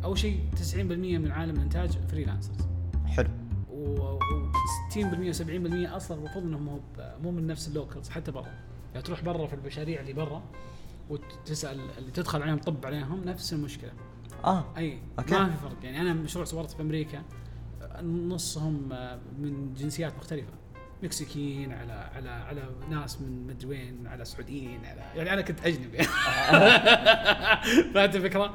اول شيء 90% من عالم الانتاج فريلانسرز. حلو. و60% و70% اصلا المفروض انهم مو من نفس اللوكلز حتى برا. يعني تروح برا في المشاريع اللي برا وتسال اللي تدخل عليهم طب عليهم نفس المشكله. اي أوكي. ما في فرق. يعني انا مشروع صورت في امريكا نصهم من جنسيات مختلفه، مكسيكيين على ناس من مدري وين، على سعوديين، يعني انا كنت اجنبي. فهمت الفكره؟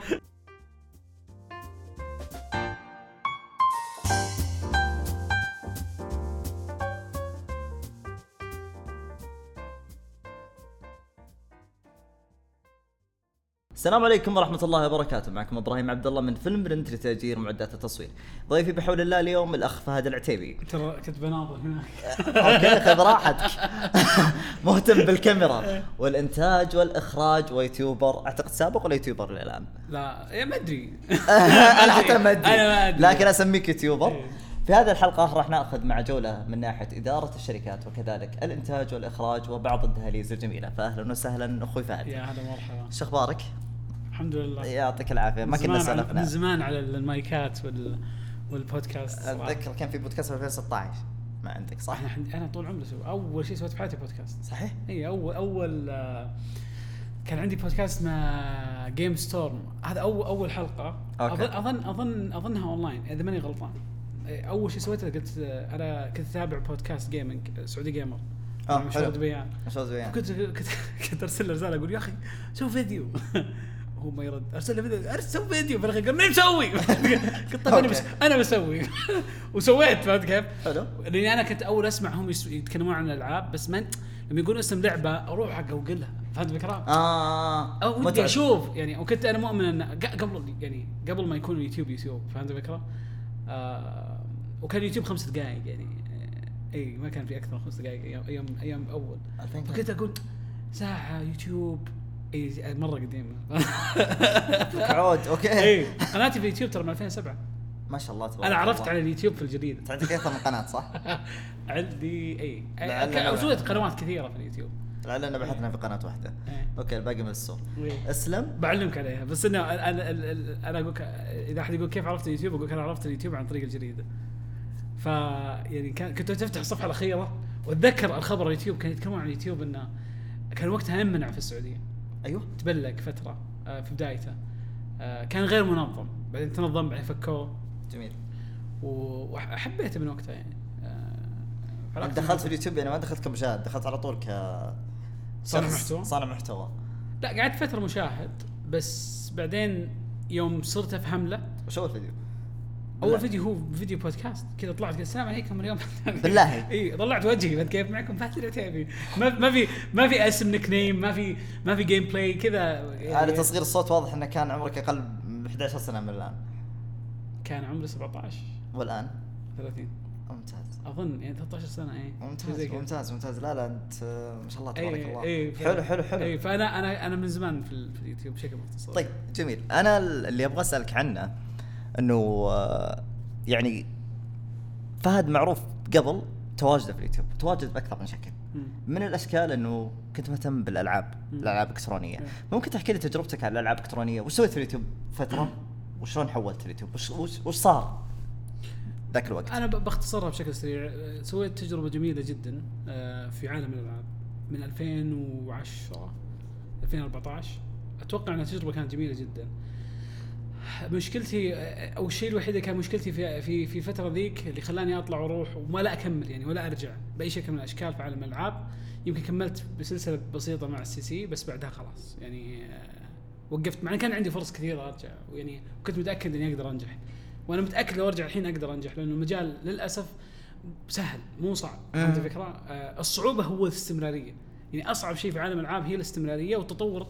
السلام عليكم ورحمة الله وبركاته. معكم إبراهيم عبد الله من فيلم برنت لتأجير معدات التصوير. ضيفي بحول الله اليوم الأخ فهد العتيبي. ترى كنت بناظر هناك. أوكي خذ راحتك. مهتم بالكاميرا والإنتاج والإخراج ويوتيوبر، أعتقد سابق ولا يوتيوبر الآن؟ لا يا ما أدري. أنا حتى ما أدري، لكن أسميك يوتيوبر. في هذه الحلقة راح نأخذ مع جولة من ناحية إدارة الشركات وكذلك الإنتاج والإخراج وبعض الدهاليز الجميلة. فأهلا وسهلا أخوي فهد. يا هلا مرحبا. شو أخبارك؟ الحمد لله. يعطيك العافية. ما كنا سلفنا من زمان على المايكات والبودكاست. أتذكر كان في بودكاست في 2016 ما عندك صح؟ أنا طول عمري أول شيء سويت في حياتي بودكاست. صحيح؟ إيه أول كان عندي بودكاست مع جيم ستورم. هذا أول حلقة. أظنها أونلاين إذا ماني غلطان. أول شيء سويته قلت أنا كنت أتابع بودكاست جيمينج سعودي جيمر. حلو. دبيان. كنت أرسل رسالة أقول يا أخي سوي فيديو. هو ما يرد. أرسل فيديو في الأخير قال مين مسوي؟ قلت طب أنا بسوي. وسويت. فهمت كيف؟ حلو. لأني أنا كنت أول أسمع هم يتكلمون عن الألعاب بس لما يقولون اسم لعبة أروح حق أقولها. فهمت الفكرة؟ أو ودي أشوف يعني. وكنت أنا مؤمن أن قبل ما يكون يوتيوب. فهمت الفكرة؟ وكان يوتيوب 5 دقائق يعني. اي ما كان في اكثر من 5 دقائق ايام اول. فكنت اقول ساعه يوتيوب. اي مره قديم. عود. اوكي. اي قناتي في يوتيوب ترى من 2007. ما شاء الله تبارك. انا عرفت على اليوتيوب في الجريده. عندك اكثر من قناه صح؟ عندي سويت قنوات كثيره في اليوتيوب. لعلنا بحثنا في قناه واحده. اوكي الباقي من السوق. اسلم بعلمك عليها. بس انا اقول اذا احد يقول كيف عرفت اليوتيوب اقول انا عرفت اليوتيوب عن طريق الجريده. يعني كنت تفتح الصفحه الاخيره واتذكر الخبر اليوتيوب كان يتكلمون عن اليوتيوب انه كان وقتها يمنع في السعوديه. ايوه تبلق فتره في بدايته. كان غير منظم بعدين تنظم بعدين فكوه. جميل. وحبيته من وقتها يعني. دخلت في اليوتيوب يعني ما دخلت كمشاهد، دخلت على طول صانع محتوى. لا قعدت فتره مشاهد بس بعدين يوم صرت افهم له. وش اول فيديو؟ اول فيديو هو فيديو بودكاست كذا طلعت قلت السلام عليكم اليوم. بالله اي طلعت وجهي كيف معكم فهد العتيبي. ما في اسم نيك نيم، ما في جيم بلاي كذا. على تصغير الصوت واضح انه كان عمرك اقل من 11 سنه من الان. كان عمري 17 والان 30. ممتاز. اظن يعني 13 سنه. ممتاز. لا انت ما شاء الله تبارك الله. حلو. اي فانا من زمان في اليوتيوب بشكل مختصر. طيب جميل. انا اللي ابغى اسالك عنه انه يعني فهد معروف قبل تواجده في اليوتيوب تواجد باكثر من شكل. من الاشكال انه كنت مهتم بالالعاب الالكترونيه. ممكن تحكي لي تجربتك على الالعاب الالكترونيه؟ وش سويت في اليوتيوب فتره وشلون حولت اليوتيوب؟ وش صار ذاك الوقت؟ انا باختصرها بشكل سريع. سويت تجربه جميله جدا في عالم الالعاب من 2010 2014. اتوقع ان التجربه كانت جميله جدا. مشكلتي او الشيء الوحيد اللي كان مشكلتي في فتره ذيك اللي خلاني اطلع واروح وما لا اكمل يعني ولا ارجع باي شكل من الاشكال في عالم الالعاب. يمكن كملت بسلسله بسيطه مع السي بس بعدها خلاص يعني وقفت. مع ان كان عندي فرص كثيره ارجع يعني وكنت متاكد اني اقدر انجح. وانا متاكد لو ارجع الحين اقدر انجح لانه المجال للاسف سهل مو صعب. فهمت الفكره؟ الصعوبه هو الاستمراريه. يعني اصعب شيء في عالم الالعاب هي الاستمراريه والتطور.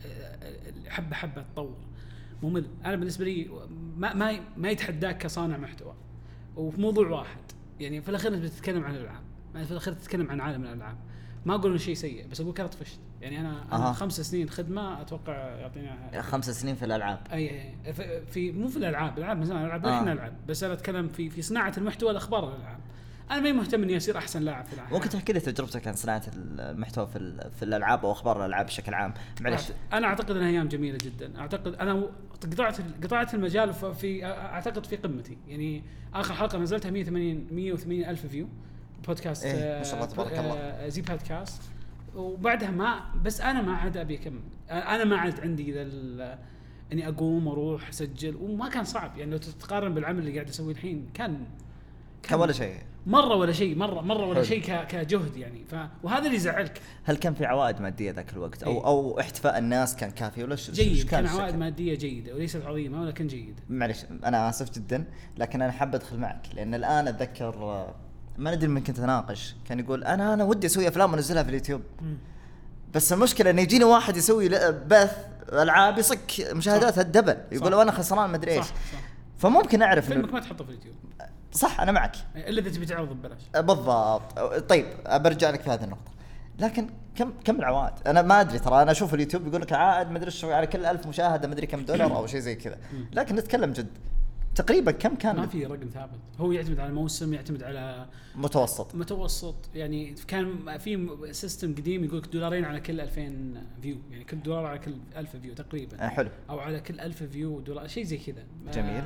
حبه تطور ممل. انا بالنسبه لي ما يتحداك كصانع محتوى وفي موضوع واحد. يعني في الاخير بتتكلم عن الالعاب، يعني في الاخير تتكلم عن عالم الالعاب. ما اقول انه شيء سيء بس اقول كانت طفشت. يعني انا 5 سنين خدمه اتوقع يعطينا 5 سنين في الالعاب. اي في مو في الالعاب من زمان الالعاب احنا نلعب. بس انا اتكلم في صناعه المحتوى الاخبار الالعاب. انا ما مهتم اني اصير احسن لاعب في العالم. ممكن تحكي لي تجربتك عن صناعه المحتوى في الالعاب او اخبار الالعاب بشكل عام؟ معلش انا اعتقد انها ايام جميله جدا. اعتقد انا قطعت المجال في اعتقد في قمتي. يعني اخر حلقه نزلتها 180 الف فيو بودكاست ما شاء الله تبارك الله زي بودكاست. وبعدها ما بس انا ما عاد ابي اكمل. انا ما عاد عندي ذا اني اقوم واروح اسجل. وما كان صعب يعني لو تتقارن بالعمل اللي قاعد اسويه الحين كان ولا شيء مره ولا شيء مره ولا شيء كجهد يعني. وهذا اللي يزعلك. هل كان في عوائد ماديه ذاك الوقت او احتفاء الناس كان كافي ولا جيد؟ كان عوائد ماديه جيده وليست عظيمه ولكن جيده. معلش انا اسف جدا لكن انا حاب ادخل معك لان الان اتذكر ما ندري من كنت اناقش كان يقول انا ودي اسوي افلام وانزلها في اليوتيوب بس المشكله انه يجيني واحد يسوي بث العاب يصك مشاهدات الدبل يقول انا خسران ما ادري ايش. فممكن اعرف فيلمك ما تحطه في اليوتيوب. صح انا معك الا اذا تبي تعرض ببلاش. بالضبط. طيب برجع لك في هذه النقطه لكن كم العوائد؟ انا ما ادري ترى انا اشوف اليوتيوب يقول لك عائد ما ادري ايش على كل 1000 مشاهده ما ادري كم دولار او شيء زي كذا لكن نتكلم جد تقريبا كم كان؟ ما في رقم ثابت. هو يعتمد على موسم يعتمد على متوسط يعني كان في سيستم قديم يقولك $2 على كل 2000 فيو يعني كل $1 على كل 1000 فيو تقريبا حلو او على كل 1000 فيو $1 شيء زي كذا. جميل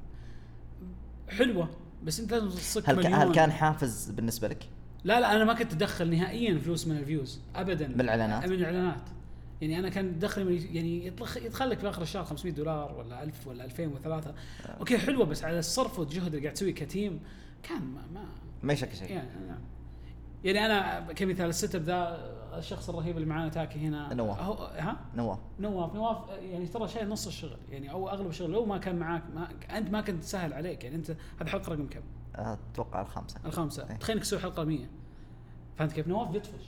حلوه بس انت لازم تصك مليون. هل كان حافز بالنسبه لك؟ لا انا ما كنت ادخل نهائيا فلوس من الفيوز ابدا من الاعلانات يعني انا كان دخلي يعني يدخل لك في اخر الشهر $500 ولا 1000 ولا 2003 اوكي حلوه بس على الصرف والجهد اللي قاعد تسويه كتيم كان ما يشك شيء يعني انا كمثال السيت اب ذا الشخص الرهيب اللي معانا تاكي هنا نواف يعني ترى شيء نص الشغل يعني او اغلب الشغل لو ما كان معاك انت ما كنت سهل عليك يعني. انت هذه حلقه رقم كم؟ اتوقع الخامسه تخيل انك تسوي حلقه 100 فهمت كيف؟ نواف بيطفش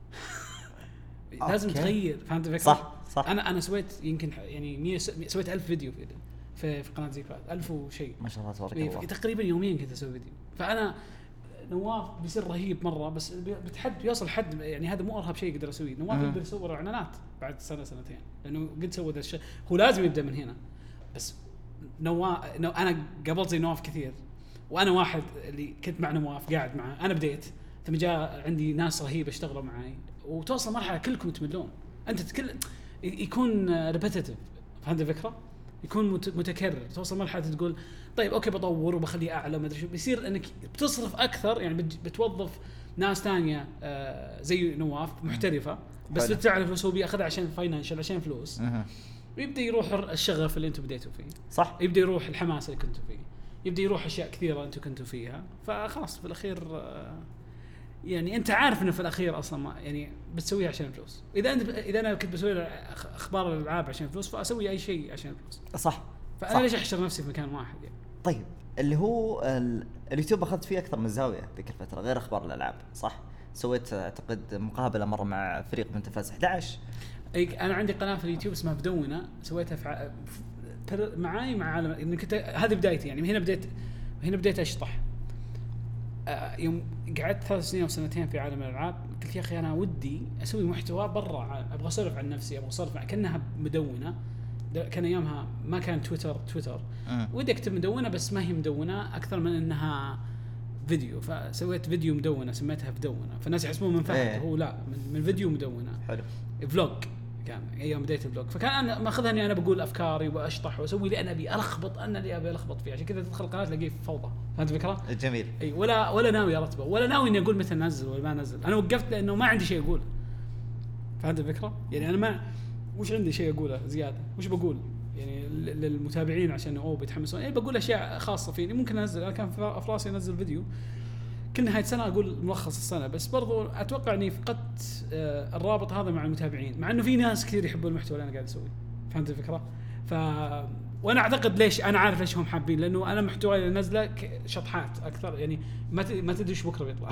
لازم تغير فهمت الفكره؟ صح انا سويت يمكن يعني سويت 1000 فيديو في قناه زي فات 1000 وشيء ما شاء الله تبارك الله تقريبا يوميا كنت اسوي فيديو. فانا نواف بيصير رهيب مره بس بيوصل حد يعني هذا مو ارهب شيء يقدر اسويه. نواف يقدر يصور اعلانات بعد سنتين لانه قد سوى ذا الشيء. هو لازم يبدا من هنا بس انا قبل زي نواف كثير وانا واحد اللي كنت مع نواف قاعد معه. انا بديت ثم جاء عندي ناس رهيبه اشتغلوا معي وتوصل مرحله كلكم تملون. انت يكون ريبيتيتيف فهمت الفكره؟ يكون متكرر. توصل مرحله تقول طيب اوكي بطور وبخليه اعلى ما ادري شو بيصير انك بتصرف اكثر يعني بتوظف ناس ثانيه زي نواف محترفه بس بتعرف فلوس هو بياخذها عشان فاينانشال عشان فلوس ويبدا يروح الشغف اللي انتم بديتوا فيه صح يبدا يروح الحماس اللي كنتوا فيه يبدا يروح اشياء كثيره انتم كنتوا فيها. فخلاص في الاخير يعني انت عارف انه في الاخير اصلا ما يعني بتسويها عشان الفلوس. اذا انا كنت بسوي اخبار الالعاب عشان الفلوس فاسوي اي شيء عشان الفلوس صح. فانا ليش احشر نفسي في مكان واحد يعني؟ طيب اللي هو اليوتيوب اخذت فيه اكثر من زاويه ذيك الفتره غير اخبار الالعاب صح؟ سويت اعتقد مقابله مره مع فريق من تفاز 11. انا عندي قناه في اليوتيوب اسمها بدونة سويتها معاي مع عالم اني كنت هذه بدايتي يعني هنا بديت اشطح. يوم قعدت 3 سنين او سنتين في عالم الالعاب قلت يا اخي انا ودي اسوي محتوى برا ابغى اسولف عن نفسي ابغى اسولف كانها مدونه. كان ايامها ما كان تويتر ودي اكتب مدونه بس ما هي مدونه اكثر من انها فيديو. فسويت فيديو مدونه سميتها بدونه فالناس يحسبون من فهد هو لا من فيديو مدونه. حلو. فلوج كان ايام بدايه الفلوج فكان انا ماخذها اني انا بقول افكاري واشطح واسوي اللي انا ابي الخبط فيه عشان كذا تدخل القناه تلاقيه فوضى. فهمت الفكره؟ جميل. اي ولا ناوي ارتبه ولا ناوي اني اقول متى ننزل ولا ما ننزل. انا وقفت لانه ما عندي شيء اقول. فهمت الفكره؟ يعني انا ما وش عندي شيء اقوله زياده وش بقول يعني للمتابعين عشان بيتحمسون. يعني بقول اشياء خاصه فيني ممكن انزل. انا كان في راسي انزل فيديو كل نهاية سنة أقول ملخص السنة بس برضو أتوقع أني فقدت الرابط هذا مع المتابعين مع أنه في ناس كثير يحبون المحتوى اللي أنا قاعد أسويه. فهمت الفكرة؟ وأنا أعتقد ليش أنا عارف ليش هم حابين لأنه أنا محتوى اللي نزله شطحات أكثر يعني ما تدري إيش بكرة بيطلع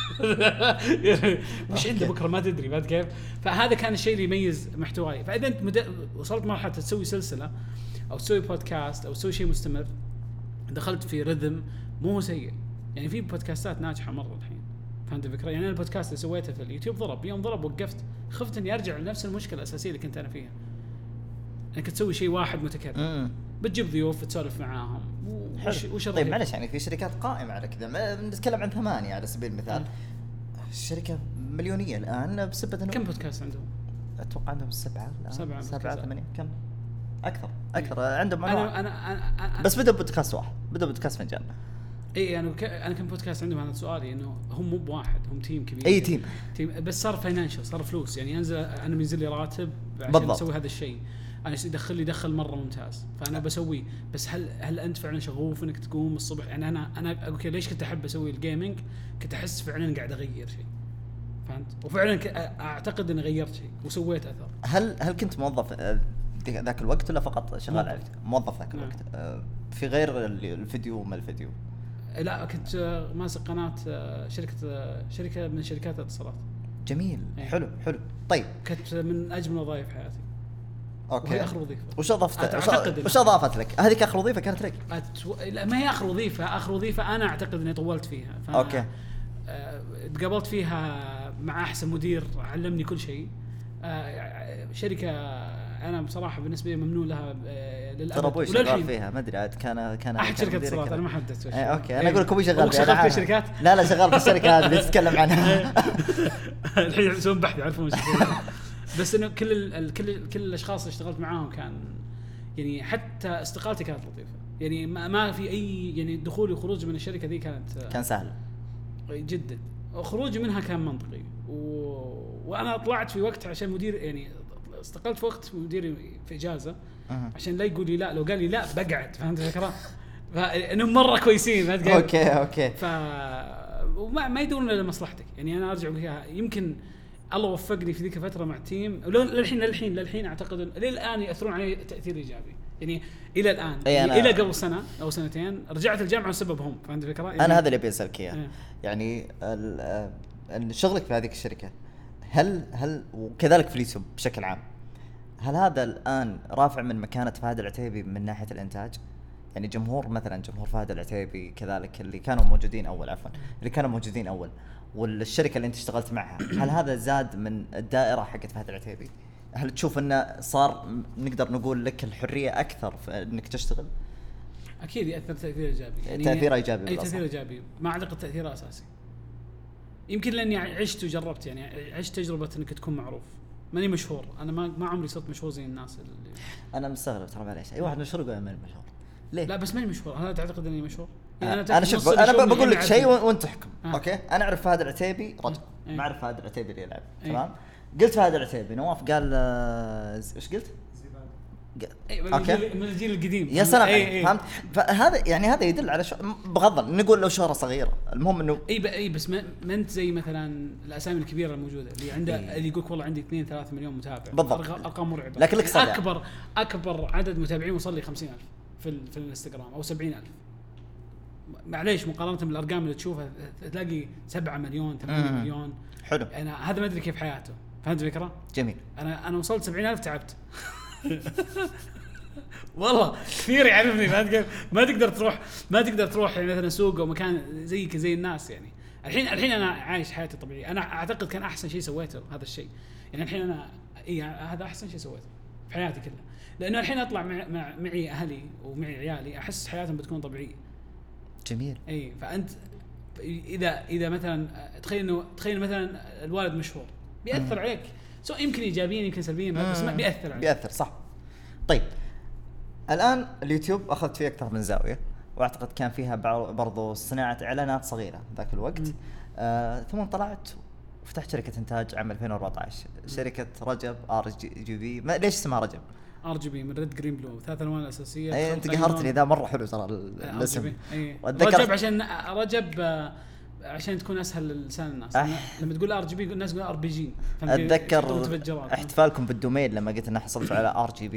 يعني مش عنده بكرة ما تدري بعد كيف. فهذا كان الشيء اللي يميز محتواي. فإذا أنت وصلت مرحلة تسوي سلسلة أو تسوي بودكاست أو تسوي شيء مستمر دخلت في رذم مو سيء يعني في بودكاستات ناجحه مره الحين. فهمت الفكره؟ يعني انا البودكاست اللي سويته في اليوتيوب يوم ضرب وقفت خفت اني ارجع لنفس المشكله الاساسيه اللي كنت انا فيها انك تسوي شيء واحد متكرر. بتجيب ضيوف تسولف معاهم وش طيب معلش يعني في شركات قائمة على كذا نتكلم عن 8 على سبيل المثال الشركة مليونية الآن بسبب كم بودكاست عندهم؟ أتوقع عندهم 7 8 كم أكثر عندهم أنا بس بدأ بودكاست واحد بدأ بودكاست مجال أنا كم بودكاست عندهم هذا سؤالي إنه هم مو بواحد هم تيم كبير أي تيم بس صار فاينانشال صار فلوس يعني أنا بينزل لي راتب عشان أسوي هذا الشيء أنا يدخل مرة ممتاز فأنا بسويه بس هل أنت فعلا شغوف إنك تقوم الصبح يعني أنا أوكي ليش كنت أحب أسوي الجيمينج كنت أحس فعلا قاعد أغير شيء فهمت وفعلا أعتقد إني غيرت شيء وسويت أثر. هل كنت موظف ذاك الوقت ولا فقط شغال عليه؟ موظف ذاك الوقت في غير الفيديو وما الفيديو؟ لا كنت ماسك قناة شركة من شركات الاتصالات. جميل حلو طيب كنت من أجمل وظائف حياتي. اوكي وهي اخر وظيفه. وش اضافت لك؟ هذيك اخر وظيفه كانت لك؟ لا ما هي اخر وظيفه انا اعتقد اني طولت فيها. اوكي. تقابلت فيها مع احسن مدير علمني كل شيء. شركه انا بصراحه بالنسبه لي ممنون لها للابد. ترى ابوي شغال فيها ما ادري عاد كان احد شركه اتصالات انا ما حددت وش. اوكي انا اقول لك ابوي شغال فيها. شغال في شركات؟ لا شغال في الشركه هذه اللي تتكلم عنها. الحين يسوون بحث يعرفون وش. بس انه كل الاشخاص اللي اشتغلت معاهم كان يعني حتى استقالتي كانت لطيفه يعني ما في اي يعني دخولي وخروجي من الشركه ذي كان سهل جدا. خروجي منها كان منطقي وانا طلعت في وقت عشان مدير يعني استقلت في وقت مديري في اجازه عشان لا يقول لي لا لو قال لي لا بقعد فهمت الفكره فانهم مره كويسين ما تقول اوكي وما يدورون الى مصلحتك يعني انا ارجع فيها يمكن الله وفقني في ذيك الفتره مع تيم للحين اعتقد للان ياثرون علي تاثير ايجابي يعني الى الان يعني الى قبل سنه او سنتين رجعت الجامعه بسببهم فهمت الفكره يعني انا هذا اللي بيسالك اياه يعني شغلك في هذه الشركه هل وكذلك في اليوتيوب بشكل عام هل هذا الان رافع من مكانه فهد العتيبي من ناحيه الانتاج يعني جمهور فهد العتيبي كذلك اللي كانوا موجودين اول والشركه اللي انت اشتغلت معها هل هذا زاد من الدائره حقت فهد العتيبي؟ هل تشوف انه صار نقدر نقول لك الحريه اكثر في انك تشتغل؟ اكيد ياثر تاثير ايجابي يعني تاثير ايجابي اي تاثير ايجابي ما اعتقد تاثير اساسي يمكن لاني عشت وجربت يعني عشت تجربه انك تكون معروف ماني مشهور انا ما عمري صرت مشهور زي الناس اللي انا مستغرب ترى معليش اي واحد مشهور يقول انا مشهور ليه؟ لا بس ماني مشهور انا تعتقد اني مشهور يعني انا شوف انا بقول لك شيء وانت تحكم اوكي انا اعرف فهد العتيبي رجل ما اعرف فهد العتيبي اللي يلعب تمام قلت فهد العتيبي نواف قال ايش قلت من الجيل القديم يا سلام فهمت فهذا يعني هذا يدل على بغض نقول لو شهرة صغيرة المهم انه اي بس ما انت زي مثلا الاسامي الكبيره الموجوده اللي عنده اللي يقولك والله عندي 2-3 مليون متابع ارقام مرعبه لكن لك اكبر عدد متابعين وصل لي 50,000 في الانستغرام او 70,000 معليش مقارنه بالارقام اللي تشوفها تلاقي 7 مليون 8 مليون حلو انا هذا ما ادري كيف حياته فهمت الفكره جميل انا وصلت 70,000 تعبت والله كثير يعرفني ما تقدر تروح يعني مثلا سوق او مكان زيك زي الناس يعني الحين انا عايش حياتي طبيعيه انا اعتقد كان احسن شيء سويته هذا الشيء يعني الحين انا هذا احسن شيء سويته في حياتي كلها لانه الحين اطلع معي اهلي ومعي عيالي احس حياتهم بتكون طبيعيه جميل اي فانت اذا مثلا تخيل مثلا الوالد مشهور بيأثر عليك سواء يمكن ايجابيا يمكن سلبيا بس ما بيأثر عليك بيأثر صح. طيب الان اليوتيوب اخذت فيه اكثر من زاويه واعتقد كان فيها برضو صناعه اعلانات صغيره ذاك الوقت ثم طلعت وفتحت شركه انتاج عام 2014 شركه رجب RGB ما ليش اسمها رجب RGB من ريد جرين بلو 3 الوان الاساسيه اي انت قهرتني ذا مره حلو ترى الاسم رجب عشان تكون اسهل لسان الناس لما تقول RGB الناس يقولون RPG اتذكر احتفالكم بالدومين لما قلت ان حصلت على RGB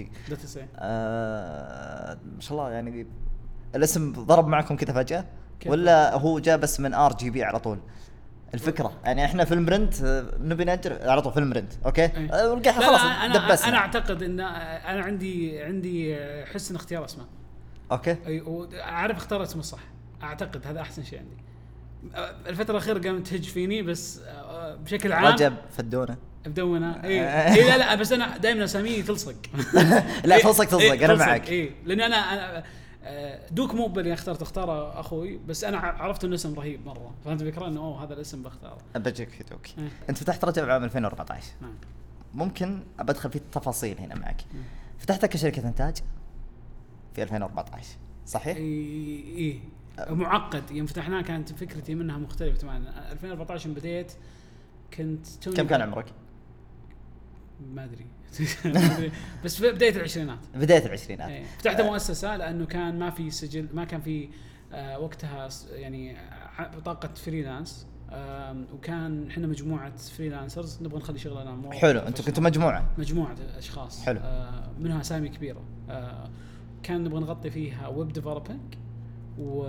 ما شاء الله يعني الاسم ضرب معكم كذا فجأة ولا هو جاء بس من RGB على طول الفكرة يعني احنا في المرنت نبي نأجر على طول في المرنت اوكي خلاص دبسنا انا اعتقد ان انا عندي حسن اختيار اسماء اوكي اعرف اختار اسم الصح اعتقد هذا احسن شيء عندي الفترة الأخيرة قامت تهج فيني بس بشكل عام رجب فدونه بدونا إيه لا بس انا دائما اسامي تلصق لا تلصق انا معك لان انا دوك مو اللي اختاره اخوي بس انا عرفت انه اسم رهيب مره فهمت الفكره انه هذا الاسم بختاره. بجيك في دوك انت فتحت رجب عام 2014 ممكن ابدخل في التفاصيل هنا معك. فتحتها كشركه انتاج في 2014 صحيح؟ ايه معقد يوم فتحناه كانت فكرتي منها مختلفه تماما. 2014 بديت كنت كم كان عمرك؟ ما ادري بس في بدايه العشرينات فتحت مؤسسه لانه كان ما في سجل ما كان في وقتها يعني بطاقه فريلانس وكان احنا مجموعه فريلانسرز نبغى نخلي شغلنا حلو. انتم كنتوا مجموعه اشخاص حلو. منها اسامي كبيره كان نبغى نغطي فيها ويب ديفلوبينج و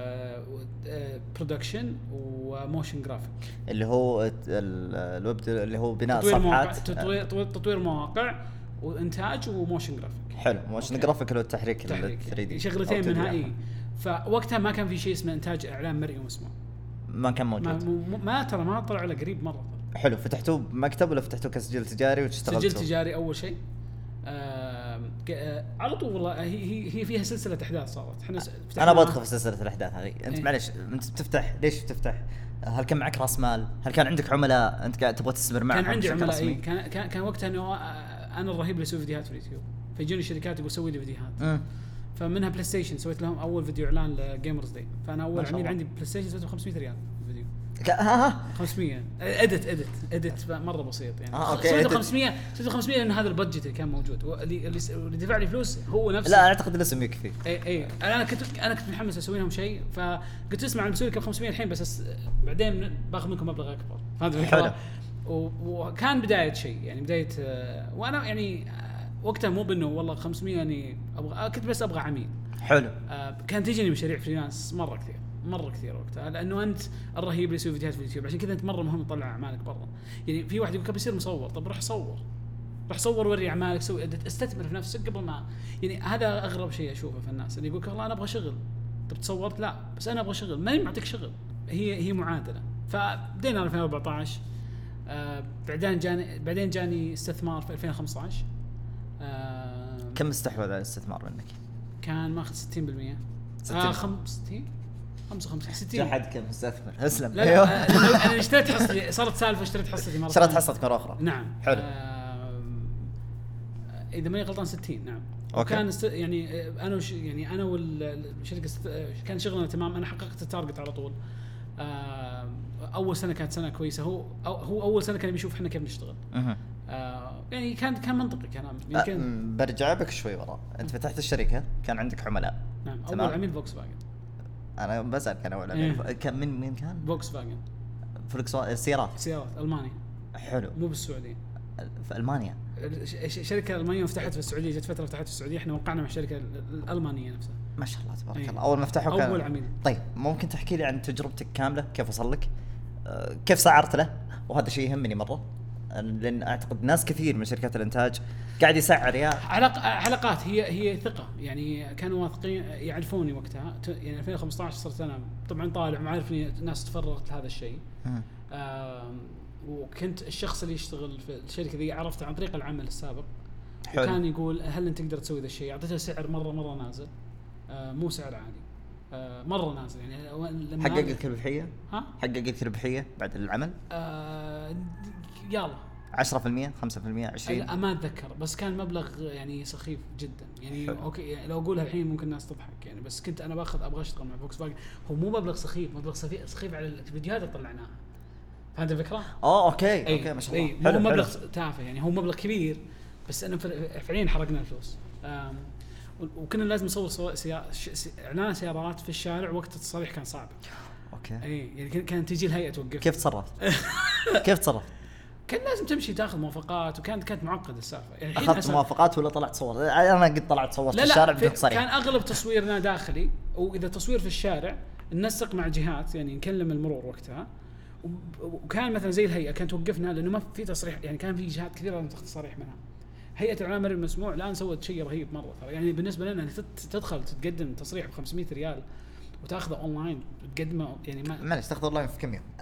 برودكشن وموشن جرافيك اللي هو الويب اللي هو بناء صفحات تطوير مواقع وانتاج وموشن جرافيك. حلو. موشن جرافيك اللي هو التحريك 3D شغلتين منها فوقتها ما كان في شيء اسمه انتاج اعلان مرئي ومسموع ما كان موجود ما ترى ما طلع على قريب مره. حلو. فتحتوه بمكتب ولا فتحتوه كسجل تجاري واشتغلتوا؟ سجل تجاري اول شيء على طول والله هي فيها سلسله احداث صارت. احنا انا بدخل في سلسله الاحداث هذه. انت معلش انت بتفتح ليش بتفتح؟ هل كان معك راس مال؟ هل كان عندك عملاء انت قاعد تبغى تستثمر معهم؟ كان عندي عملاء كان وقتها انه انا الرهيب اللي اسوي فيديوهات في اليوتيوب فيجوني الشركات يقول سوي لي فيديوهات فمنها بلاي ستيشن سويت لهم اول فيديو اعلان لجيمرز داي فانا اول عميل عندي بلاي ستيشن سويته 500 ريال فيديو 500 اديت مره بسيط يعني سويته 500 لان هذا البادجت اللي كان موجود اللي دفع لي فلوس هو نفسه. لا اعتقد الاسم يكفي. اي انا كنت متحمس اسوي لهم شيء فقلت اسمع انا بسوي لكم 500 الحين بس بعدين باخذ منكم مبلغ اكبر. هذا وكان بدايه شيء يعني بدايه وانا يعني وقتها مو بانه والله 500 يعني كنت بس ابغى عميل. حلو. كانت تجيني مشاريع فريلانس مره كثير وقتها لانه انت الرهيب اللي يسوي فيديوهات في اليوتيوب عشان كذا انت مره مهم تطلع اعمالك برا. يعني في واحد يقول بيصير مصور طب روح صور وري اعمالك سوي استثمر في نفسك قبل ما يعني هذا اغرب شيء اشوفه في الناس اللي يقولك والله انا ابغى شغل طب تصورت لا بس انا ابغى شغل ما يعطيك شغل. هي معادله. فبدينا 2014 بعدين جاني استثمار في 2015 كم استحوذ على الاستثمار منك؟ كان ماخذ 60% 55 60 احد كم مستثمر اسلم. لا انا اشتريت حصتي صارت سالفه اشتريت حصتي مره اشتريت حصتك مره اخرى. نعم حلو. اذا ماني غلطان 60 نعم. كان يعني انا والشركه كان شغلنا تمام. انا حققت التارجت على طول. اول سنه كانت سنه كويسه. هو اول سنه كان بيشوف احنا كيف نشتغل. يعني كان منطقي كلام. يمكن برجع بك شوي وراء. انت فتحت الشركه كان عندك عملاء. نعم. اول عميل فوكس فاجن. انا بسأل كان اول عميل كان من كان فوكس فاجن سيارات المانيا. حلو. مو بالسعوديه في المانيا. شركه المانيه فتحت في السعوديه. جت فتره فتحت في السعوديه. احنا وقعنا مع الشركه الالمانيه نفسها. ما شاء الله تبارك الله. اول ما فتحوا كان اول عميل. طيب ممكن تحكي لي عن تجربتك كامله كيف وصل لك كيف سعرت له؟ وهذا شيء يهمني مره لان اعتقد ناس كثير من شركات الانتاج قاعد يسعر يا حلقات. هي ثقه يعني كانوا واثقين يعرفوني وقتها. يعني 2015 صرت انا طبعا طالع وعارفني ناس تفرغت لهذا الشيء. وكنت الشخص اللي يشتغل في الشركه ذي عرفته عن طريق العمل السابق. حلو. وكان يقول هل انت تقدر تسوي ذا الشيء؟ اعطيته سعر مره نازل مو سعر عالي مره نازل يعني. حققت ربحيه؟ حققت ربحيه بعد العمل؟ يلا 10% 5% 20 ما اتذكر بس كان مبلغ يعني سخيف جدا يعني. حلو. اوكي يعني لو اقولها الحين ممكن الناس تضحك يعني بس كنت انا ابغى اشتغل مع فوكس فاجن. هو مو مبلغ سخيف سخيف على الفيديوهات اللي طلعناها. فهمت الفكره؟ اوكي ما شاء الله. مو مبلغ تافه يعني. هو مبلغ كبير بس انه فعليا حرقنا الفلوس. وكنا لازم نصور اعلان سيارات في الشارع وقت التصاريح كان صعب. اوكي. يعني كانت تجي الهيئه توقف. كيف تصرفت؟ كيف تصرفت؟ كان لازم تمشي تاخذ موافقات كانت معقده السالفه يعني. اخذت موافقات ولا طلعت صور؟ انا قد طلعت صورت في الشارع بدون تصريح. كان اغلب تصويرنا داخلي واذا تصوير في الشارع ننسق مع جهات يعني نكلم المرور وقتها. وكان مثلا زي الهيئه كانت توقفنا لانه ما في تصريح يعني. كان في جهات كثيره لازم تاخذ تصريح منها. هيئه الاعلام المسموع الان سوت شيء رهيب مره ترى يعني بالنسبه لنا انك تدخل تقدم تصريح ب 500 ريال وتاخذه اونلاين وتقدمه يعني. معلش تاخذ اونلاين في كم يوم الان؟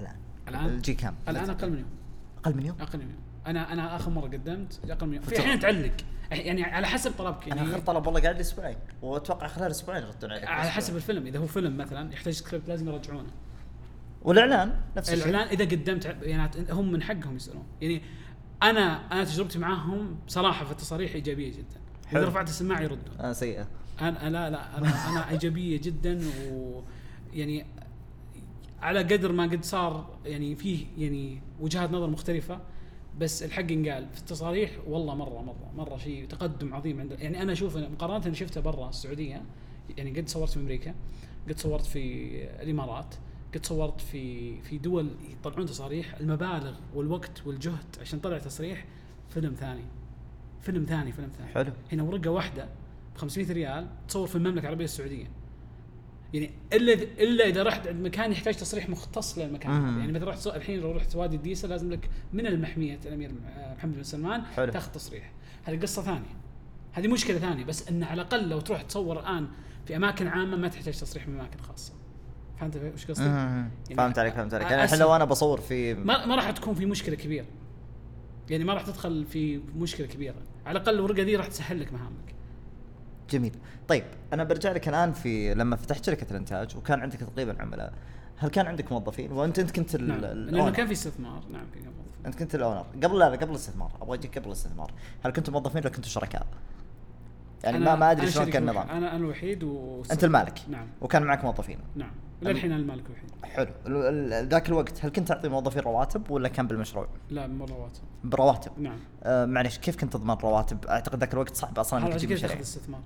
الجي كام الان اقل من يوم. انا اخر مره قدمت اقل من يوم. في حين تعلق يعني على حسب طلبك. يعني انا اخر طلب والله قاعد لي اسبوعين، واتوقع خلال اسبوعين يردون عليك على حسب الفيلم. اذا هو فيلم مثلا يحتاج سكريبت لازم يرجعونه. والاعلان نفس الشيء. الاعلان اذا قدمت يعني هم من حقهم يسالون. يعني انا تجربتي معاهم بصراحه في التصاريح ايجابيه جدا. اذا رفعت السماعه يردون. سيئه. انا ايجابيه جدا. ويعني على قدر ما قد صار يعني فيه يعني وجهات نظر مختلفه، بس الحق ينقال في التصاريح والله مره شيء تقدم عظيم عند. يعني انا اشوف مقارنه شفتها برا السعوديه، يعني قد صورت في امريكا، قد صورت في الامارات، قد صورت في دول يطلعون تصاريح. المبالغ والوقت والجهد عشان طلع تصريح فيلم ثاني. حلو. هنا ورقه واحده ب 500 ريال تصور في المملكه العربيه السعوديه. يعني الا اذا رحت عند مكان يحتاج تصريح مختص للمكان. يعني مثلا رحت الحين لو رحت وادي الديسه لازم لك من المحميه الامير محمد بن سلمان تاخذ تصريح. هذه قصه ثانيه، هذه مشكله ثانيه. بس ان على الاقل لو تروح تصور الان في اماكن عامه ما تحتاج تصريح من اماكن خاصه. فهمت وش قصدي؟ يعني فهمت عليك. يعني الحين لو انا بصور في ما راح تكون في مشكله كبيره. يعني ما راح تدخل في مشكله كبيره. على الاقل الورقه دي راح تسهل لك مهامك. جميل. طيب انا برجع لك الان في لما فتحت شركه الانتاج وكان عندك تقريبا عملاء، هل كان عندك موظفين وانت كنت لانه كان في استثمار؟ نعم في موظفين. انت كنت الاونر قبل الاستثمار. ابغى اجيك قبل الاستثمار، هل كنتم موظفين ولا كنتوا شركاء؟ يعني ما ادري شلون كان النظام. انا الوحيد انت المالك. نعم. وكان معك موظفين. نعم. للحين انا المالك الوحيد. حلو. ذاك الوقت هل كنت تعطي موظفين رواتب ولا كان بالمشروع؟ لا برواتب. نعم. معليش كيف كنت تضمن رواتب؟ اعتقد ذاك الوقت صعب اصلا انك تجيب شركه استثمار.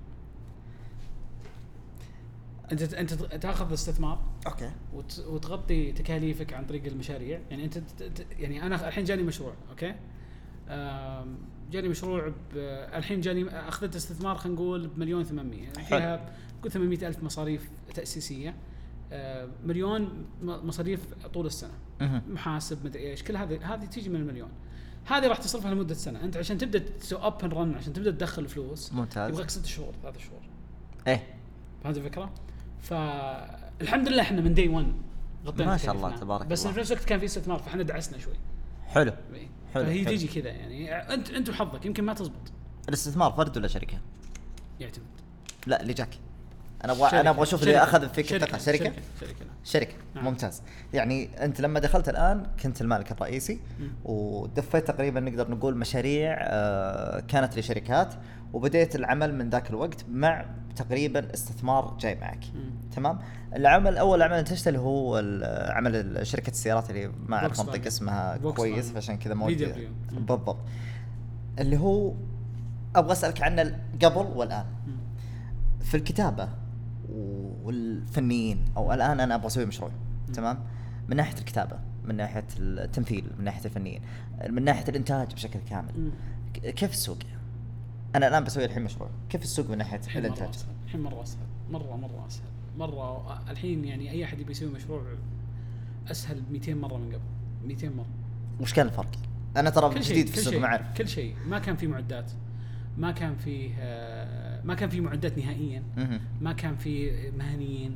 انت تاخذ الاستثمار اوكي وتغطي تكاليفك عن طريق المشاريع. يعني انت يعني انا الحين جاني مشروع اوكي، جاني مشروع الحين جاني اخذت استثمار خلينا نقول ب1,800,000 فيها قول 800,000 مصاريف تأسيسية، 1,000,000 مصاريف طول السنة، محاسب مدري ايش، كل هذه تيجي من 1,000,000. هذه راح تصرفها لمدة سنة. انت عشان تبدأ اب اند رن عشان تبدأ تدخل فلوس ممتاز يبغاك 6 شهور 3 شهور. ايه فهذه الفكرة. فالحمد لله احنا من داي 1 غطينا ما شاء الله تبارك بس الله. في نفس الوقت كان في استثمار فاحنا دعسنا شوي. حلو. فهي تيجي كذا يعني انت وحظك يمكن ما تزبط. الاستثمار فرد ولا شركة؟ يعتمد. لا اللي جاك انا ابغى اشوف اللي اخذ فيك الثقة. شركة. نعم. ممتاز. يعني انت لما دخلت الان كنت المالك الرئيسي ودفيت تقريبا نقدر نقول مشاريع كانت لشركات، وبديت العمل من ذاك الوقت مع تقريبا استثمار جاي معك. تمام. اول عمل انتجته اللي هو عمل شركة السيارات اللي ما اعرف منطق اسمها كويس فعشان كذا موجود بالضبط، اللي هو ابغى اسالك عنه قبل والان. في الكتابة والفنيين او الان انا ابغى اسوي مشروع تمام، من ناحيه الكتابه، من ناحيه التمثيل، من ناحيه الفنيين، من ناحيه الانتاج بشكل كامل. كيف السوق؟ انا الان بسوي الحين مشروع، كيف السوق من ناحيه الانتاج؟ الحين مره اسهل، مره اسهل، مره الحين يعني اي احد يبي يسوي مشروع اسهل ب 200 مره من قبل. 200 مره. وش كان الفرق؟ انا ترى جديد في السوق ما اعرف كل شيء. ما كان في معدات، ما كان في معدات نهائيا، ما كان في مهنيين،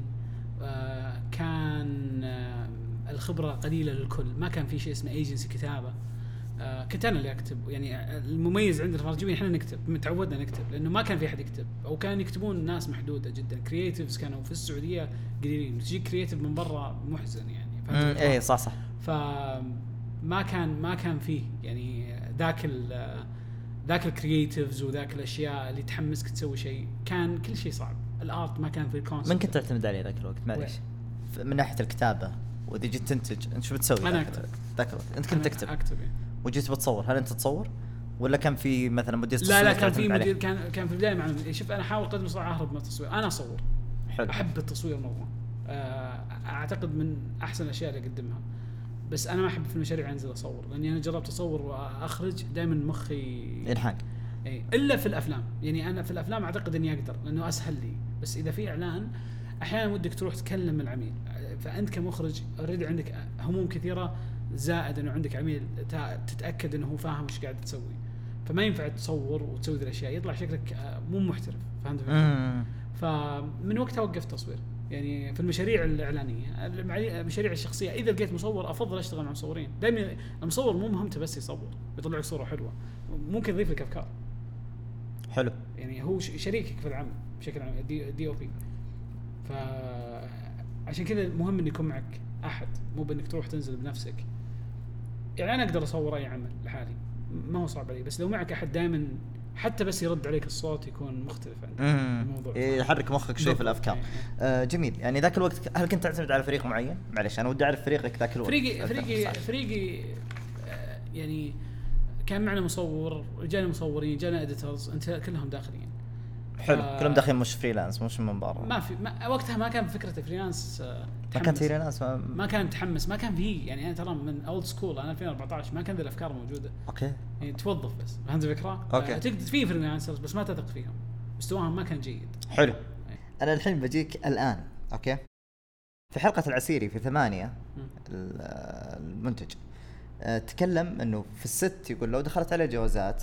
كان الخبرة قليلة للكل، ما كان في شيء اسمه ايجنسي كتابة. كنت انا اللي اكتب. يعني المميز عند الفرجيين احنا نكتب، متعودنا نكتب لانه ما كان في احد يكتب، او كان يكتبون ناس محدودة جدا. كرييتيفز كانوا في السعودية قليلين، تجي كرييتيف من برا محزن يعني. ايه صح. فما كان فيه يعني ذاك الكرييتيفز وذاك الاشياء اللي تحمسك تسوي شيء. كان كل شيء صعب. الارت ما كان في الكونسبت. من كنت تعتمد عليه ذاك الوقت؟ معليش من ناحيه الكتابه، واذا جيت تنتج انت شو بتسوي؟ انا اكتب ذاك الوقت. انت كنت تكتب وجيت بتصور، هل انت تصور ولا كان في مثلا مدير تصوير؟ لا كان في مدير. كان في البدايه معنا. شوف انا احاول قدر المستطاع اهرب من التصوير. انا اصور. حلو. احب التصوير مره. اعتقد من احسن الاشياء اللي اقدمها. بس انا ما احب في المشاريع انزل اصور، لاني انا جربت اصور واخرج دائما مخي ينحاق. الا في الافلام. يعني انا في الافلام اعتقد اني اقدر لانه اسهل لي. بس اذا في اعلان احيانا ودك تروح تكلم العميل، فانت كمخرج اوريدي عندك هموم كثيره، زائد انه عندك عميل تتاكد انه هو فاهم وش قاعد تسوي. فما ينفع تصور وتسوي ذي الاشياء، يطلع شكلك مو محترف. فهمت؟ فمن وقتها وقفت تصوير يعني في المشاريع الاعلانيه. المشاريع الشخصيه اذا لقيت مصور افضل اشتغل مع مصورين. دائما المصور مو مهمته بس يصور يطلع لك صوره حلوه، ممكن يضيف لك افكار. حلو. يعني هو شريكك في العمل بشكل عام، دي او بي. فعشان كذا مهم ان يكون معك احد، مو بانك تروح تنزل بنفسك. يعني انا اقدر اصور اي عمل لحالي، ما هو صعب علي، بس لو معك احد دائما حتى بس يرد عليك الصوت يكون مختلف عن الموضوع، يحرك مخك شوي في الافكار. جميل. يعني ذاك الوقت هل كنت تعتمد على فريق معين؟ معلش انا ودي اعرف فريقك ذاك الوقت. فريقي يعني كان معنا مصور، جانا مصورين، جانا اديترز، انت كلهم داخلين. حلو. كلهم داخلين، مش فريلانس، مش من برا. ما في وقتها ما كان فكره فريلانس. ما كان فريلانس، ما كان متحمس، ما كان فيه. يعني انا ترى من اولد سكول، انا 2014 ما كان ذي الافكار موجوده. اوكي. يعني توظف بس، فهمت الفكره؟ تقدر في فريلانسرز بس ما تثق فيهم، مستواهم ما كان جيد. حلو. انا الحين بجيك الان. اوكي. في حلقه العسيري في 8 المنتج تكلم انه في الست يقول لو دخلت عليه جوازات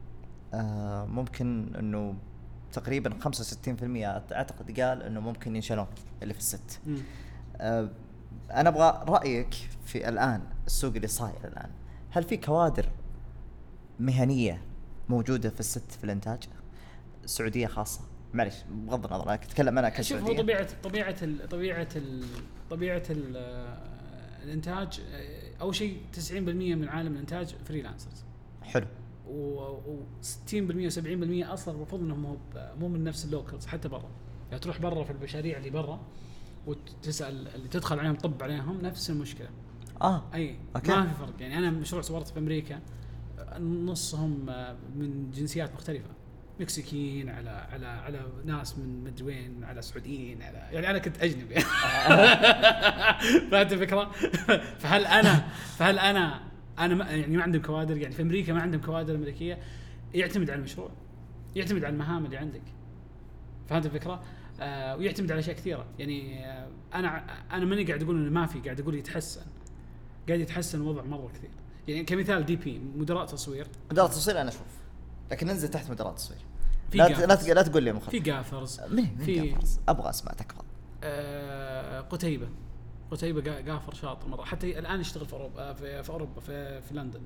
ممكن انه تقريبا 65% اعتقد قال انه ممكن ينشلون اللي في الست. انا ابغى رايك في الان السوق اللي صاير الان. هل في كوادر مهنيه موجوده في الست في الانتاج السعوديه خاصه؟ معلش بغض النظر انا اتكلم انا كسعوديه. شوف، هو طبيعه الانتاج اول شيء 90% من عالم الانتاج فريلانسرز. حلو. و60% و70% اصلا المفروض انهم مو من نفس اللوكلز حتى برا. يعني تروح برا في المشاريع اللي برا وتسال اللي تدخل عليهم طب عليهم نفس المشكله. اي أوكي. ما في فرق. يعني انا مشروع صورت في امريكا نصهم من جنسيات مختلفه، مكسيكيين على ناس من مدري وين، على سعوديين، على يعني انا كنت اجنبي. فهمت الفكره؟ فهل انا يعني ما عندهم كوادر. يعني في امريكا ما عندهم كوادر امريكيه. يعتمد على المشروع، يعتمد على المهام اللي عندك، فهمت الفكره؟ ويعتمد على اشياء كثيره. يعني انا ماني قاعد اقول انه ما في، قاعد اقول قاعد يتحسن الوضع مره كثير. يعني كمثال دي بي مدراء تصوير انا اشوف، لكن ننزل تحت مدراء تصوير. لا تقول لي في جافرز، في ابغى اسمع تكفى. قتيبة قافر شاطر مرة، حتى الآن يشتغل في أوروبا في لندن.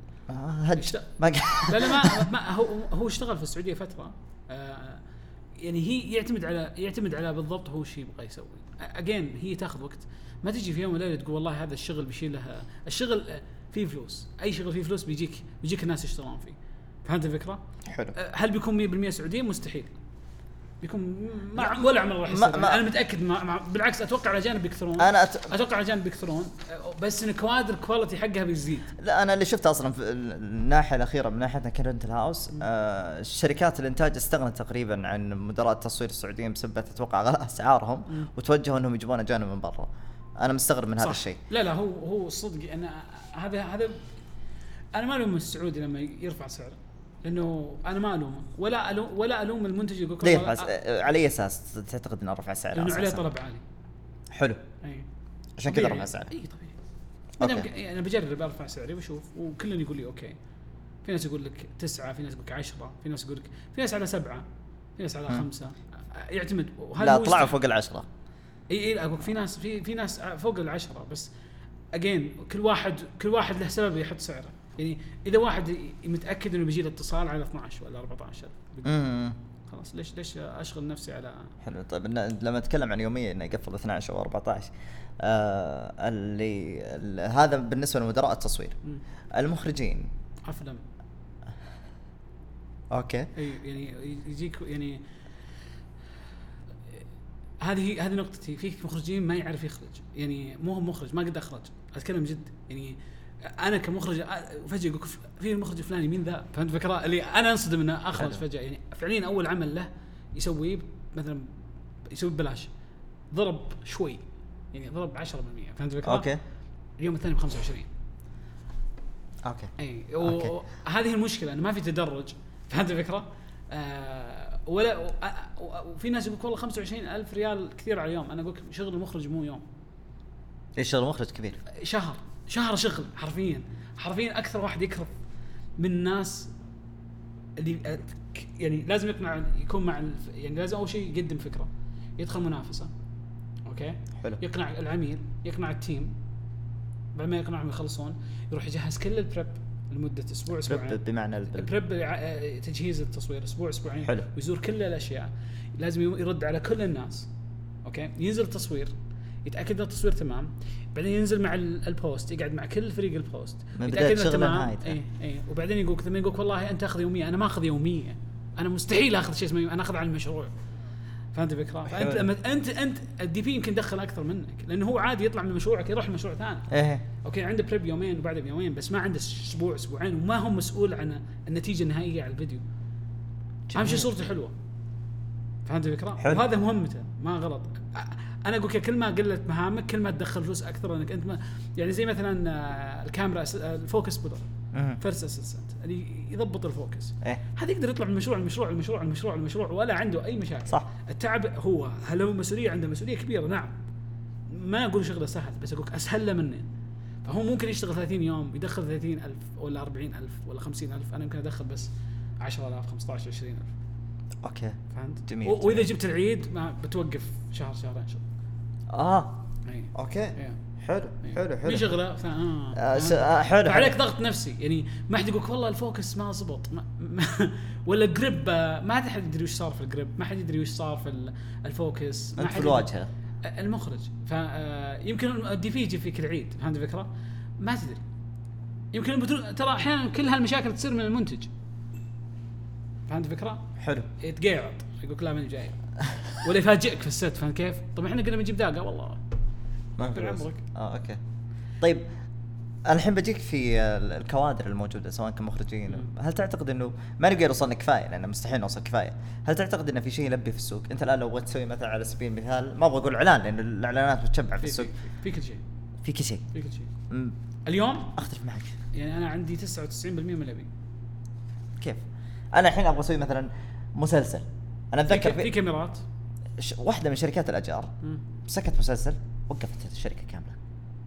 لا ما هو اشتغل في السعودية فترة. يعني هي يعتمد على بالضبط هو شيء يبغى يسوي. أجين هي تأخذ وقت، ما تجي في يوم وليلة تقول والله هذا الشغل بيشيلها. الشغل فيه فلوس، أي شغل فيه فلوس بيجيك الناس يشتغلون فيه، فهمت الفكرة؟ حلو. هل بيكون 100% سعوديين؟ مستحيل بيكون ولا عمر راح يصير. انا متاكد بالعكس اتوقع الاجانب بيكثرون. اتوقع الاجانب بيكثرون، بس ان الكوادر كواليتي حقها بيزيد. لا انا اللي شفته اصلا في الناحيه الاخيره من ناحيه كرنت الهاوس الشركات الانتاج استغنت تقريبا عن مدراء التصوير السعوديين بسبب اتوقع غلاء اسعارهم وتوجهوا انهم يجيبون اجانب من برا. انا مستغرب من هذا الشيء. لا هو صدق انا هذا انا ما الوم السعودي لما يرفع سعره، لانه انا ما الومه ولا الوم المنتج يقول ليه على اساس تعتقد انه رفع سعره؟ لانه عليه طلب عالي. حلو. اي عشان كذا رفع سعره. اي طبيعي. انا بجرب ارفع سعري وبشوف، وكلن يقول لي اوكي. في ناس يقول لك 9، في ناس يقول لك 10، في ناس يقول لك في ناس على 7، في ناس على 5. يعتمد. لا طلعوا فوق ال10. اي اقول في ناس فوق ال10، بس اجين كل واحد له سبب يحط سعره. يعني اذا واحد متاكد انه بيجي له اتصال على 12 ولا 14 خلاص ليش اشغل نفسي على. حلو. طيب لما نتكلم عن يوميا انه يقفل 12 او 14 اللي هذا بالنسبه لمدراء التصوير. المخرجين افلام اوكي. يعني يجيك يعني هذه نقطتي. في مخرجين ما يعرف يخرج، يعني مو مخرج ما قد اخرج، اتكلم جد. يعني انا كمخرج فجأة يقول في المخرج الفلاني مين ذا، فهمت فكرة اللي انا انصدم انه اخرج فجأة. يعني فعليا اول عمل له يسويه مثلا يسوي ببلاش، ضرب شوي، يعني ضرب 10%، فهمت فكرة؟ اوكي. اليوم الثاني ب25. اوكي. اي هذه المشكلة انه ما في تدرج، فهمت الفكرة؟ ولا وفي ناس يقول والله 25,000 ريال كثير على اليوم. انا اقول شغل المخرج مو يوم. ايش شغل المخرج كبير؟ شهر شغل حرفيا اكثر واحد يكرف من الناس اللي يعني لازم يقنع يكون مع يعني لازم اول شيء يقدم فكره. يدخل منافسه، اوكي حلو. يقنع العميل، يقنع التيم، بعد ما يقنعهم يخلصون يروح يجهز كل البريب لمده اسبوع اسبوعين. بمعنى البريب تجهيز التصوير اسبوع اسبوعين. حلو. ويزور كل الاشياء، لازم يرد على كل الناس، اوكي ينزل التصوير، يتاكد ان التصوير تمام، بعدين ينزل مع البوست، يقعد مع كل فريق البوست يتاكد انه تمام. اي وبعدين يقولك والله انت اخذ يوميه، انا ما اخذ يوميه، انا مستحيل اخذ شيء اسمه، انا اخذ على المشروع. فهمت الفكره؟ فانت لما انت الدي بي يمكن دخل اكثر منك، لانه هو عادي يطلع من مشروعك يروح لمشروع ثاني. اوكي عنده بريب يومين وبعده بيومين، بس ما عنده اسبوع اسبوعين، وما هو مسؤول عن النتيجه النهائيه على الفيديو. اهم شيء صورته حلوه. فهمت الفكره؟ وهذا مهمته، ما غلط. انا اقول كل ما قلت مهامك كل ما تدخل فلوس اكثر، انك انت يعني زي مثلا الكاميرا الفوكس بودر فيرست اسيستنت اللي يضبط الفوكس، هذا يقدر يطلع من المشروع ولا عنده اي مشاكل. صح. التعب هو هل هو مسؤوليه؟ عنده مسؤوليه كبيره، نعم. ما اقول شغله سهل، بس اقول اسهل له مني. فهو ممكن يشتغل 30 يوم يدخل 30,000 ولا 40,000 ولا 50,000، انا يمكن ادخل بس 10,000 15,000 20,000. اوكي فهمت؟ جميل. واذا جبت العيد ما بتوقف شهر شهرين شهر. اوكي حلو. في شغله حلو. فعليك ضغط نفسي، يعني ما حد يقولك والله الفوكس ما زبط ولا الجريب ما حد يدري وش صار في الجريب، ما حد يدري وش صار في الفوكس، ما حد الواجهه المخرج. فيمكن الدي في يجي فيك العيد، فهمت الفكره؟ ما تدري، يمكن ترى احيانا كل هالمشاكل تصير من المنتج. فهمت الفكره؟ حلو. يتقاعد يقولك لا ماني جاي، ولا يفاجئك في الست. فهمت كيف؟ طب احنا قلنا بنجيب داقه والله ما في عمرك. اوكي طيب الحين بجيك في الكوادر الموجوده سواء كمخرجين. هل تعتقد انه ما نقدر نوصل كفايه، لانه مستحيل نوصل كفايه؟ هل تعتقد انه في شيء يلبي في السوق؟ انت الان لو تسوي مثلا على سبيل المثال، ما ابغى اقول اعلان لان الاعلانات بتشبع في السوق، في كل شيء، في كل شيء اليوم اختلف معك. يعني انا عندي 99% من اللي ابي. كيف؟ انا الحين ابغى اسوي مثلا مسلسل، انا اتذكر في كاميرات واحده من شركات الاجار سكت مسلسل، وقفت الشركه كامله.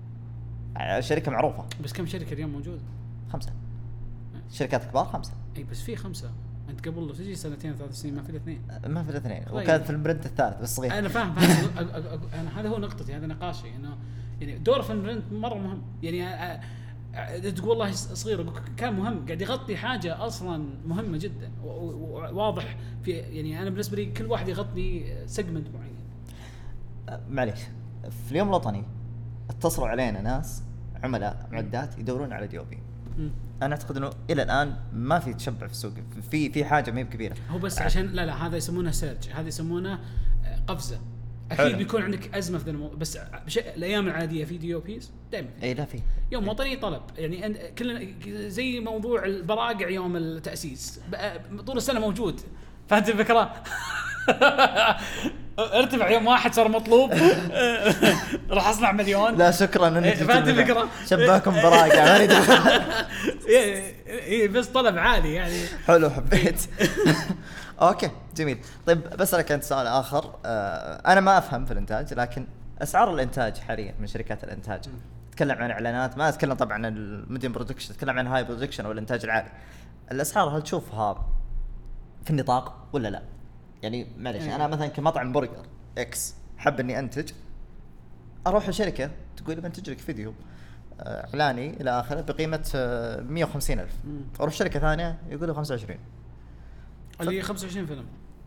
شركه معروفه. بس كم شركه اليوم موجوده؟ 5 شركات كبار. 5 اي بس في 5. انت قبل تجي 2 3 سنين ما في الاثنين. ما في الاثنين وكان في البرنت الثالث بس صغير. انا فاهم انا هذا هو نقطتي، هذا نقاشي انه يعني دور في البرنت مره مهم. يعني تقول والله صغير، كان مهم، قاعد يغطي حاجه اصلا مهمه جدا وواضح في. يعني انا بالنسبه لي كل واحد يغطي سيجمنت معين. معليش، في اليوم الوطني اتصلوا علينا ناس عملاء معدات يدورون على دي او بي. انا اعتقد انه الى الان ما في تشبع في السوق، في حاجه ما هي كبيره. هو بس عشان لا هذا يسمونه سيرج، هذا يسمونه قفزه. اكيد حلو. بيكون عندك ازمه في الموضوع، بس الايام العاديه في دي او بيز دائما. اي لا في يوم وطني طلب، يعني كلنا زي موضوع البراقع يوم التاسيس طول السنه موجود. فهمت الفكره؟ ارتفع يوم واحد صار مطلوب راح اصنع مليون. لا شكرا انك فهمت الفكره؟ شباكم براقع ما ندري. اي بس طلب عالي يعني. حلو حبيت. اوكي جميل. طيب بسألك انت سؤال اخر. انا ما افهم في الانتاج، لكن اسعار الانتاج حاليا من شركات الانتاج، اتكلم عن اعلانات، ما اتكلم طبعا عن الميديم برودكشن، اتكلم عن هاي برودكشن او الانتاج العالي. الاسعار هل تشوفها في النطاق ولا لا؟ يعني معليش انا مثلا كمطعم برجر اكس حب اني انتج، اروح لشركه تقول لي بنتج لك فيديو اعلاني الى اخره بقيمه 150,000، اروح شركه ثانيه يقول لي 25 اللي 25 فيلم.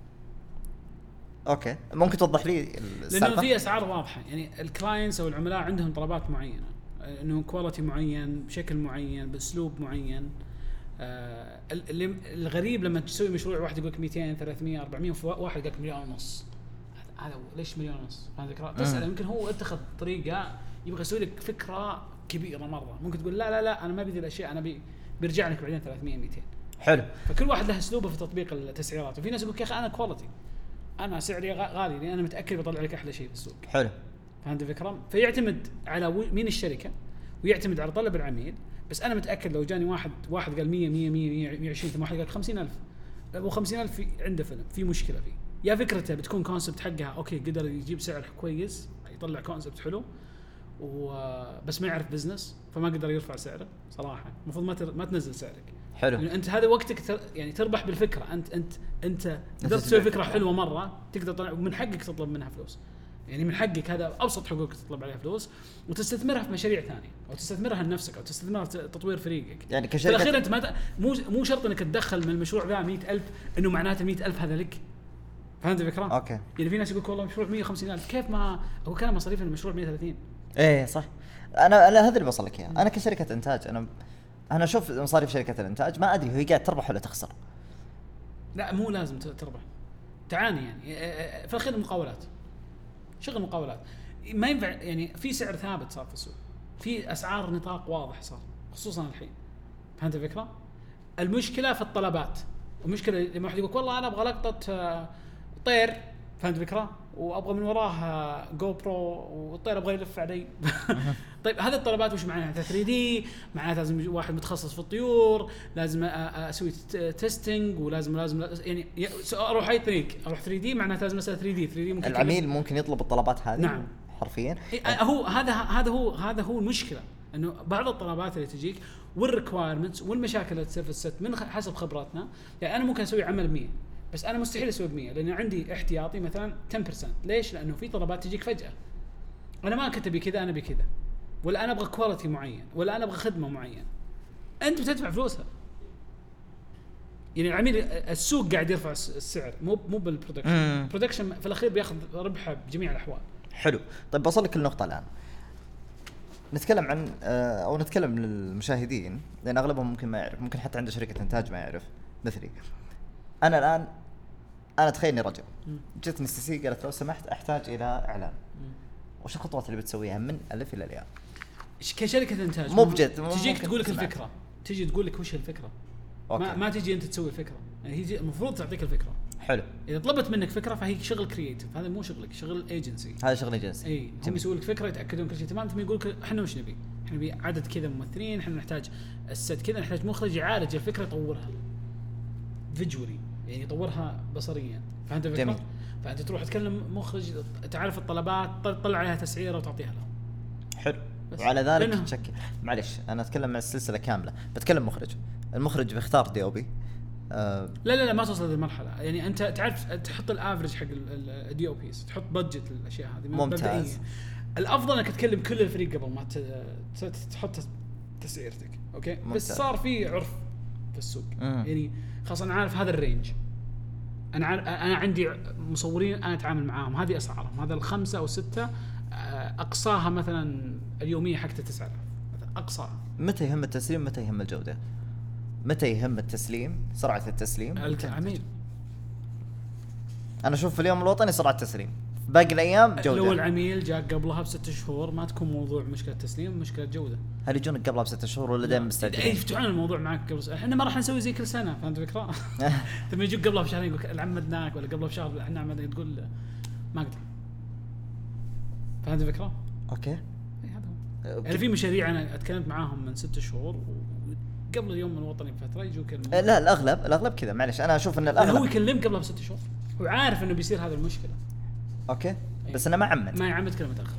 اوكي ممكن توضح لي لانه في اسعار واضحه، يعني الكلاينتس او العملاء عندهم طلبات معينه، انه كواليتي معين بشكل معين باسلوب معين. اللي الغريب لما تسوي مشروع واحد يقول لك 200 300 400 واحد يقول لك 1.5 مليون. هذا ليش 1.5 مليون؟ هذا تسأل يمكن هو اتخذ طريقه يبغى يسوي لك فكره كبيره مره، ممكن تقول لا انا ما بدي الاشياء، انا بيرجع لك بعدين 300 200. حلو. فكل واحد له اسلوبه في تطبيق التسعيرات، وفي ناس يقول يا اخي انا كواليتي، انا سعري غالي لان انا متاكد بطلع لك احلى شيء في السوق. حلو. فهمت الفكره؟ فيعتمد على مين الشركه ويعتمد على طلب العميل. بس انا متاكد لو جاني واحد قال 100 120 ثم واحد قال 50,000، ابو 50,000 عنده فيلم في مشكله فيه، يا فكرته بتكون كونسبت حقها اوكي قدر يجيب سعر كويس يطلع كونسبت حلو بس ما يعرف بزنس فما قدر يرفع سعره. صراحه المفروض ما تنزل سعرك، حلو. يعني انت هذا وقتك يعني تربح بالفكره. انت قدرت تسوي فكره حلوه مره، تقدر تطلع من حقك تطلب منها فلوس. يعني من حقك، هذا ابسط حقوقك تطلب عليها فلوس وتستثمرها في مشاريع ثانيه، او تستثمرها لنفسك، او تستثمرها في تطوير فريقك. يعني كشركه في الاخير انت مو شرط انك تدخل من المشروع ذا 100,000 انه معناته 100,000 هذا لك. فهمت الفكره؟ اوكي. يعني في ناس يقول والله مشروع 150,000 كيف ما هو كان مصاريف المشروع 130. ايه صح. انا هذا اللي بوصل لك اياه. انا كشركه انتاج انا اشوف مصاريف شركه الانتاج ما ادري هي قاعد تربح ولا تخسر. لا مو لازم تربح، تعاني يعني في الاخير المقاولات، شغل مقاولات ما ينفع. يعني في سعر ثابت صار في السوق، في اسعار نطاق واضح صار خصوصا الحين. فهمت الفكره؟ المشكله في الطلبات. المشكله لما واحد يقول والله انا ابغى لقطه طير، فهمت الفكره، وابغى من وراه جو برو والطير ابغى يلف علي. طيب هذه الطلبات وش معناها؟ 3D معناها لازم واحد متخصص في الطيور، لازم اسوي تيستينج، ولازم يعني اروح اي طريق، اروح 3D معناها لازم اسوي 3D ممكن العميل ممكن يطلب الطلبات هذه. نعم حرفيا. هو هذا هو المشكله، انه بعض الطلبات اللي تجيك والريكوايرمنتس والمشاكل اللي تصير في الست من حسب خبراتنا. يعني انا ممكن اسوي عمل 100 بس انا مستحيل اسوي ب100 لان عندي احتياطي مثلا 10%. ليش؟ لانه في طلبات تجيك فجاه، انا ما كنت بكذا، انا بكذا، ولا انا ابغى كواليتي معين، ولا انا ابغى خدمه معينه. انت بتدفع فلوسها. يعني العميل السوق قاعد يرفع السعر، مو بالبرودكشن. برودكشن في الاخير بياخذ ربحه بجميع الاحوال. حلو. طيب بوصل لك النقطه الان، نتكلم عن او نتكلم للمشاهدين لان اغلبهم ممكن ما يعرف، ممكن حتى عنده شركه انتاج ما يعرف. مثلي انا الان، انا تخيلني رجل جتني سي قالت لو سمحت احتاج الى اعلان، وش الخطوات اللي بتسويها من الف الى الياء كشركه انتاج؟ مو بجد تجيك تقول لك الفكره، تجي تقول لك وش الفكره. ما تجي انت تسوي الفكره، يعني هي المفروض تعطيك الفكره. حلو. اذا طلبت منك فكره فهي شغل كرييتيف، هذا مو شغلك، شغل ايجنسي. هذا شغل ايجنسي. اي هم يسوون لك فكره، يتاكدون كل شيء تمام، ثم يقول لك احنا وش نبي، احنا نبي عدد كذا ممثلين، احنا نحتاج الست كذا، نحتاج مخرج يعالج الفكره يطورها فيجولي، يعني يطورها بصريا. فهمت الفكره؟ جميل. فانت تروح تكلم مخرج، تعرف الطلبات، تطلع عليها تسعيره وتعطيها لهم. حلو. وعلى ذلك تشكل. معلش انا اتكلم عن السلسله كامله، بتكلم مخرج، المخرج بيختار دي او بي. لا ما توصل للمرحله. يعني انت تعرف تحط الافرج حق الدي او بيز، تحط بادجت للاشياء هذه ممتاز. الافضل انك تكلم كل الفريق قبل ما تحط تسعيرتك. اوكي ممتاز. بس صار في عرف في السوق. يعني خلاص انا عارف هذا الرينج، انا عندي مصورين انا اتعامل معاهم، هذه اسعارهم، هذا ال5 أو 6 اقصاها مثلا اليوميه حقتها 9,000 مثلا اقصاها. متى يهم التسليم، متى يهم الجوده، متى يهم التسليم، سرعه التسليم العميل. انا اشوف في اليوم الوطني سرعه التسليم، باقي الايام جوده. لو العميل جاء قبلها ب6 شهور ما تكون موضوع مشكله تسليم، مشكله جوده. هل يجونك قبلها ب6 شهور ولا دائما مستعجلين؟ اي يفتحون الموضوع معك قبل. احنا ما راح نسوي زي كل سنه، فهمت الفكره؟ ثم يجوك قبلها بشهرين يقول عمدناك، ولا قبلها بشهر احنا عمدنا، تقول ما اقدر. فهمت الفكره؟ اوكي. هذا هو. يعني في مشاريع انا اتكلمت معاهم من 6 شهور وقبل اليوم الوطني بفتره يجوك لا الاغلب كذا. معلش انا اشوف ان الاغلب هو يكلمك قبلها ب6 شهور، هو عارف انه بيصير هذا المشكله. اوكي. بس انا ما يعمد كلمه متاخر.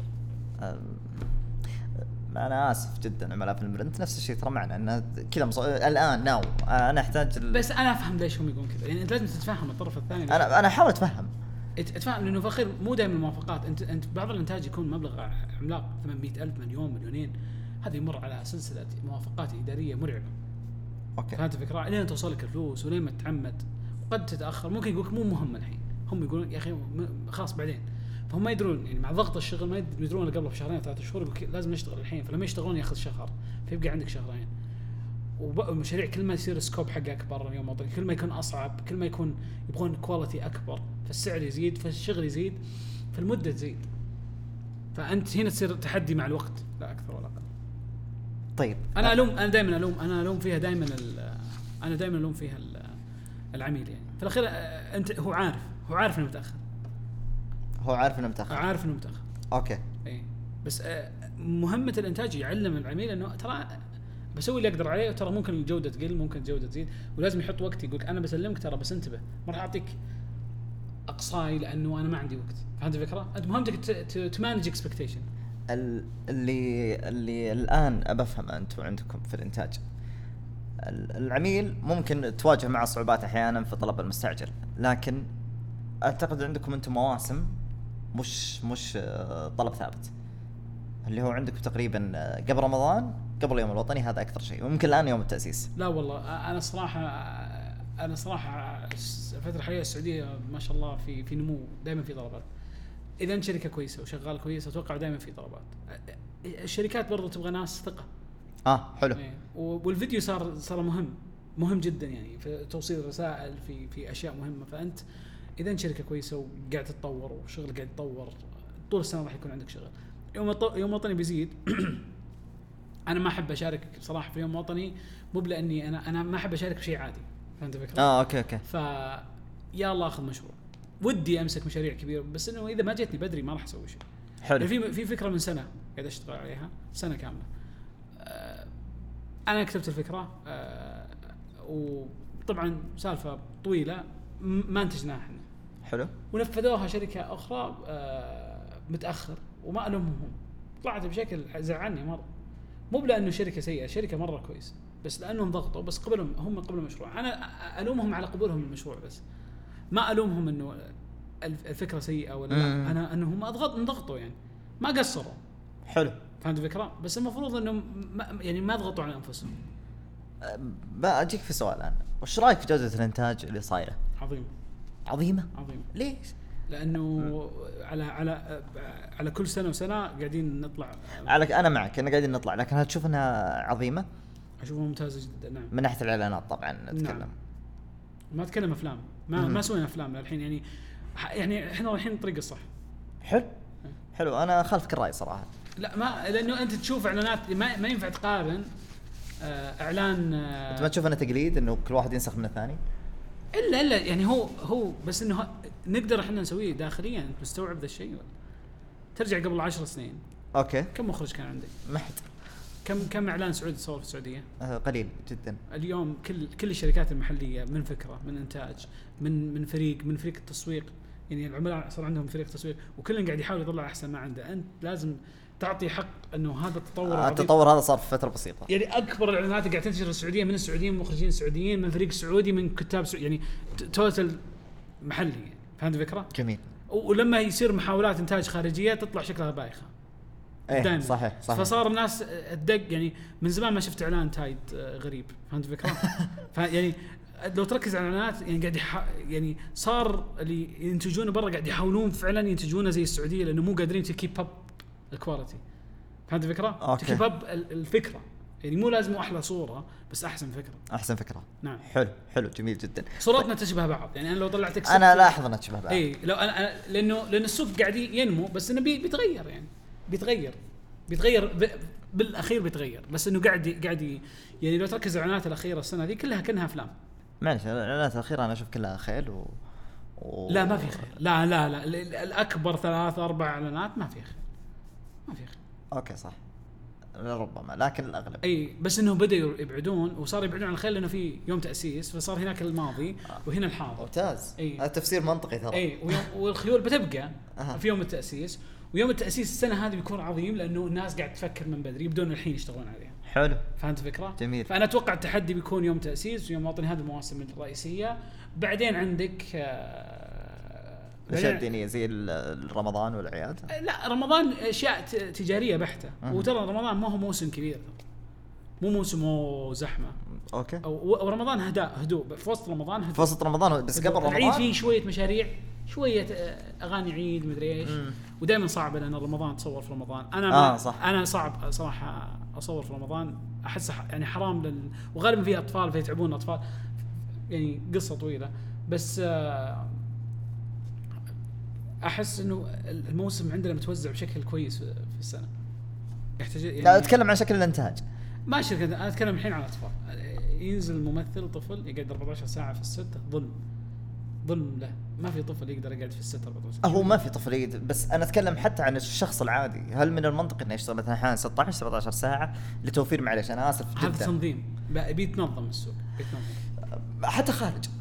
انا اسف جدا عملاء في المرنت نفس الشيء ترى معنا ان كذا الان انا احتاج بس انا افهم ليش هم يقولون كذا. يعني انت لازم تتفهم الطرف الثاني. انا احاول اتفهم لانه في الاخير مو دائما الموافقات. انت بعض الانتاج يكون مبلغ عملاق 800,000 مليون مليونين، هذا يمر على سلسله موافقات اداريه مرعبه. اوكي. فهمت الفكره؟ لين توصل لك الفلوس ولين ما تتعمد، وقد تتاخر. ممكن يقولك مو مهم الحين، هم يقولون يا اخي خلاص بعدين. فهم ما يدرون، يعني مع ضغط الشغل ما يدرون قبل بشهرين 3 شهور يقول لازم نشتغل الحين، فلما يشتغلون ياخذ شهر، فيبقى عندك شهرين. والمشاريع كل ما يصير السكوب حقه اكبر اليوم وطني، كل ما يكون اصعب، كل ما يكون يبغون كواليتي اكبر، فالسعر يزيد، فالشغل يزيد، فالمده تزيد. فانت هنا تصير تحدي مع الوقت لا اكثر ولا اقل. طيب انا دائما الوم فيها العميل. يعني في الاخير انت هو عارف انه متاخر. عارف انه متاخر. اوكي. اي بس مهمه الانتاج يعلم العميل انه ترى بسوي اللي اقدر عليه، وترى ممكن الجوده تقل، ممكن الجوده تزيد، ولازم يحط وقت. يقولك انا بسلمك ترى بس انتبه، ما راح اعطيك اقصاي لانه انا ما عندي وقت. فهمت الفكره؟ انت مهمتك تمانج اكسبكتيشن. اللي الان ابى افهم انتم عندكم في الانتاج العميل ممكن تواجه مع صعوبات احيانا في طلب المستعجل، لكن اعتقد عندكم انتم مواسم مش طلب ثابت، اللي هو عندكم تقريبا قبل رمضان قبل يوم الوطني، هذا اكثر شيء، وممكن الان يوم التاسيس. لا والله انا صراحه الفتره الحاليه السعوديه ما شاء الله في نمو، دائما في طلبات. اذا انت شركه كويسه وشغال كويس اتوقع دائما في طلبات. الشركات برضو تبغى ناس ثقه. حلو. والفيديو صار مهم جدا، يعني في توصيل الرسائل في اشياء مهمه. فانت اذا انت شركه كويسه وقاعد تتطور وشغل قاعد يتطور طول السنه راح يكون عندك شغل. يوم وطني بيزيد. انا ما احب اشارك صراحه في يوم وطني، مو لاني انا ما احب اشارك بشيء عادي، فهمت الفكره؟ اوكي. يا الله اخذ مشروع، ودي امسك مشاريع كبيره، بس انه اذا ما جتني بدري ما راح اسوي شيء. حلو. في فكره من سنه قاعد اشتغل عليها سنه كامله. انا كتبت الفكره، وطبعا سالفه طويله ما انتجناها احنا. حلو. ونفذوها شركه اخرى متاخر، وما الومهم. طلعت بشكل زعلني مره، مو لانه شركه سيئه، شركه مره كويس، بس لانهم ضغطوا، بس قبلوا المشروع. انا الومهم على قبولهم المشروع، بس ما الومهم انه الفكره سيئه ولا لا. انا انهم انضغطوا، يعني ما قصروا. حلو. فهمت الفكره؟ بس المفروض انهم ما يضغطوا على انفسهم. اجيك في سؤال الان، وش رايك في جوده الانتاج اللي صايره؟ عظيمه. ليش؟ لانه على كل سنه وسنه قاعدين نطلع. انا معك، انا قاعدين نطلع، لكن هل تشوف انها عظيمه؟ اشوفها ممتازه جدا. نعم. من ناحيه الاعلانات طبعا نتكلم. نعم. ما اتكلم افلام، ما سوينا افلام للحين، يعني احنا رايحين الطريق الصح. حلو. انا خالفك الراي صراحه. لا، ما لانه انت تشوف اعلانات ما ينفع تقارن اعلان. انت ما تشوف انه تقليد، انه كل واحد ينسخ من الثاني؟ الا يعني هو بس انه نقدر احنا نسويه داخليا. انت مستوعب ذا الشيء؟ ترجع قبل 10 سنين. اوكي. كم مخرج كان عندك؟ ما حد. كم اعلان سعودي صور في السعوديه؟ قليل جدا. اليوم كل الشركات المحليه، من فكره، من انتاج، من فريق التسويق، يعني العملاء صار عندهم فريق تسويق، وكلهم قاعد يحاول يطلع احسن ما عنده. انت لازم تعطي حق انه هذا التطور. التطور هذا صار في فتره بسيطه. يعني اكبر الاعلانات قاعد تنتشر السعوديه، من السعوديين، مخرجين سعوديين، من فريق سعودي، من كتاب يعني توتال محلي. يعني فهمت الفكره؟ جميل. ولما يصير محاولات انتاج خارجيه تطلع شكلها بايخه. ايه صحيح. فصار الناس الدق، يعني من زمان ما شفت اعلان تايد غريب. فهمت الفكره؟ يعني لو تركز على الاعلانات، يعني قاعد يعني صار اللي ينتجونه برا قاعد يحاولون فعلا ينتجونه زي السعوديه، لانه مو قادرين تكيب اب الكواليتي. فهمت الفكره؟ تكيب اب الفكره، يعني مو لازم احلى صوره، بس احسن فكره. نعم. حلو جميل جدا. صورتنا تشبه بعض، يعني انا لو طلعتك انا لاحظ انها تشبه بعض. اي لو انا لانه السوق قاعد ينمو، بس انه بيتغير، يعني بيتغير بالاخير بيتغير، بس انه قاعد يعني لو تركز على الاعلانات الاخيره السنه دي كلها كانها افلام. معلش، الاعلانات الاخيره انا اشوف كلها خيل لا ما في خيل. لا الاكبر 3-4 اعلانات ما في خيل. اوكي صح، ربما، لكن الاغلب. اي بس انه بدأوا يبعدون، وصار يبعدون عن الخيل لانه في يوم تاسيس، فصار هناك الماضي وهنا الحاضر. ممتاز. هذا تفسير منطقي ترى. اي والخيول بتبقى في يوم التاسيس، ويوم التاسيس السنه هذه بيكون عظيم، لانه الناس قاعد تفكر من بدري، يبدون الحين يشتغلون عليها. حلو. فهمت الفكره؟ جميل. فانا اتوقع التحدي بيكون يوم تاسيس ويوم وطني، هذه المواسم الرئيسيه. بعدين عندك اشياء دينيه زي رمضان والعياد. لا، رمضان اشياء تجاريه بحته. وترى رمضان ما هو موسم كبير، مو موسم زحمه. اوكي. ورمضان هدوء في وسط رمضان، في وسط رمضان، بس قبل رمضان العيد فيه شويه مشاريع، شويه اغاني عيد مدري ايش. ودائما صعب لان رمضان تصور في رمضان. انا صعب صراحه اصور في رمضان، احس يعني حرام وغالبا فيه اطفال فيتعبون الاطفال، يعني قصه طويله. بس احس انه الموسم عندنا متوزع بشكل كويس في السنه. يحتاج يعني لا اتكلم عن شكل الانتاج. ما شركه، انا اتكلم الحين عن اطفال. ينزل ممثل طفل يقعد 14 ساعه في الست، ظلم له. ما في طفل يقدر يقعد في الست 14 ساعه. هو ما في طفل يقدر، بس انا اتكلم حتى عن الشخص العادي. هل من المنطق انه يشتغل مثلا 16-17 ساعه لتوفير، معلش انا اسف جدا، هذا تنظيم بيتنظم السوق، حتى خارج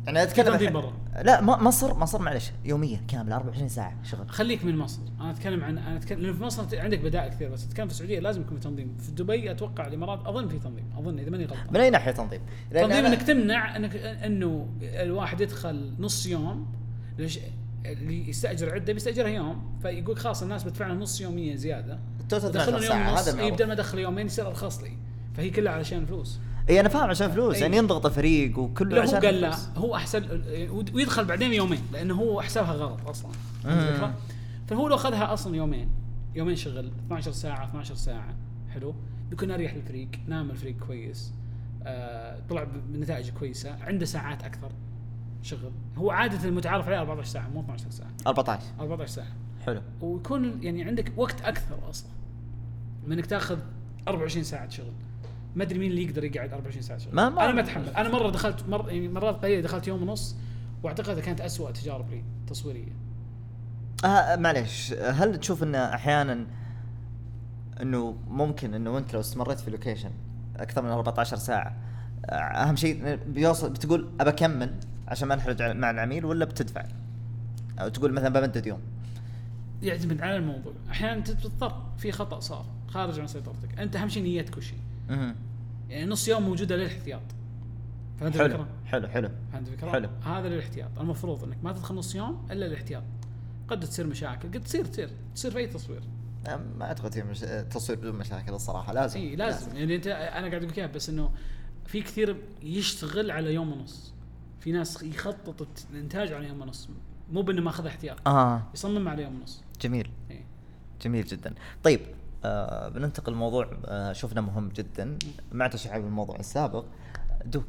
يعني اتكلم تنظيم برا. لا مصر معلش يوميه كامله 24 ساعه شغل. خليك من مصر، انا اتكلم لأن في مصر عندك بدائل كثير، بس اتكلم في السعوديه لازم يكون في تنظيم. في دبي اتوقع الامارات اظن في تنظيم، اظن اذا ماني غلطان. من اي ناحيه تنظيم؟ انك تمنع انه الواحد يدخل نص يوم، اللي يستاجر عده بيستاجرها يوم، فيقول خلاص الناس بدفع لهم نص يوميه زياده، دخلوا يوم هذا يبدا ما ادخل يومين يصير ارخص لي، فهي كلها علشان فلوس. اي انا فاهم عشان فلوس. يعني ينضغط الفريق وكله عشان هو قال لا هو احسن ويدخل بعدين يومين لانه هو حسابها غلط اصلا. فهو لو اخذها اصلا يومين شغل 12 ساعه حلو، بيكون اريح للفريق، نام الفريق كويس، طلع بنتائج كويسه، عنده ساعات اكثر شغل. هو عاده المتعارف عليه 14 ساعه مو 12 ساعه. 14 ساعه حلو، ويكون يعني عندك وقت اكثر اصلا من انك تاخذ 24 ساعه شغل. ما ادري مين اللي يقدر يقعد 24 ساعه شغل. انا ما اتحمل. انا مره دخلت يعني مرات قليله دخلت يوم ونص، واعتقد كانت أسوأ تجارب لي تصويريه. معلش، هل تشوف ان احيانا انه ممكن انه انت لو استمريت في لوكيشن اكثر من 14 ساعه اهم شيء بيوصل بتقول ابى اكمل عشان ما نحرج مع العميل، ولا بتدفع او تقول مثلا بمدد يوم؟ يعتمد على الموضوع. احيانا تضطر في خطا صار خارج عن سيطرتك، انت اهم شيء نيتك وشيء. يعني نص يوم موجوده للاحتياط. فهمت الفكره؟ حلو. فهمت الفكره؟ حلو. هذا للاحتياط. المفروض انك ما تدخل نص يوم الا للاحتياط. قد تصير مشاكل، قد تصير في اي تصوير. ما اعتقد تصوير بدون مشاكل الصراحه. لازم يعني انت انا قاعد اقول لك بس انه في كثير يشتغل على يوم ونص. في ناس يخطط الانتاج على يوم ونص، مو بانه ما اخذ احتياط. يصمم على يوم ونص. جميل. جميل جدا. طيب بننتقل الموضوع شفنا مهم جدا مع تشعيب الموضوع السابق. دوك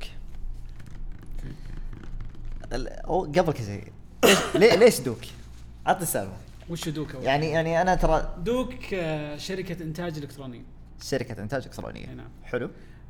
قبل كذا ليش دوك؟ عطني السالفه. وش دوك؟ يعني انا ترى دوك شركه انتاج الكترونيه. نعم. حلو.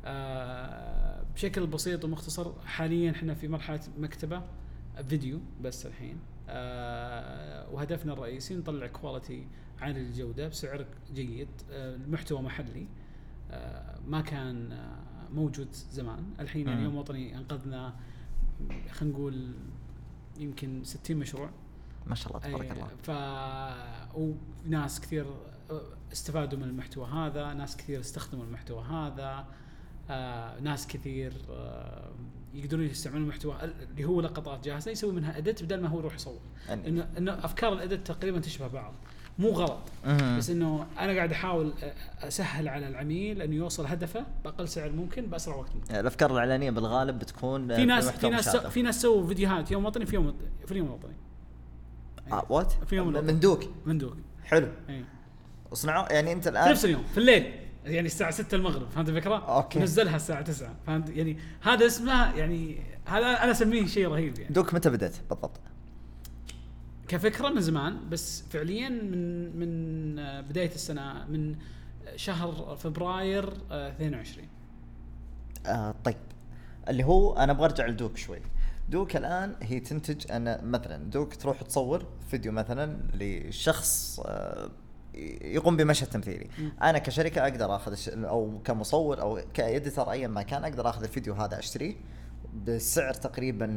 بشكل بسيط ومختصر، حاليا احنا في مرحله مكتبه فيديو بس الحين، وهدفنا الرئيسي نطلع كواليتي عالي الجوده بسعر جيد، المحتوى محلي ما كان موجود زمان. الحين يعني يوم وطني انقذنا خلينا نقول يمكن 60 مشروع ما شاء الله تبارك الله. وناس كثير استفادوا من المحتوى هذا، ناس كثير استخدموا المحتوى هذا، ناس كثير يقدرون يستعملون المحتوى اللي هو لقطات جاهزه يسوي منها اديت بدل ما هو يروح يصور. انه افكار الاديت تقريبا تشبه بعض، مو غلط، بس انه انا قاعد احاول اسهل على العميل انه يوصل هدفه باقل سعر ممكن باسرع وقت ممكن. الافكار الاعلانيه بالغالب بتكون في ناس سووا فيديوهات يوم وطني في اليوم الوطني. وات في يوم من دوك حلو. اصنعوا يعني انت الان نفس اليوم في الليل، يعني الساعه 6 المغرب. فهمت الفكره؟ نزلها الساعه 9. فهمت يعني هذا اسمه، يعني هذا انا اسميه شيء رهيب. يعني دوك متى بدأت بالضبط؟ كفكره من زمان، بس فعليا من بدايه السنه، من شهر فبراير 22. طيب اللي هو انا ابغى ارجع لدوك شوي. دوك الان هي تنتج، انا مثلا دوك تروح تصور فيديو مثلا لشخص يقوم بمشهد تمثيلي. انا كشركه اقدر اخذ او كمصور او كإديتر ايا ما كان، اقدر اخذ الفيديو هذا اشتريه بسعر تقريبا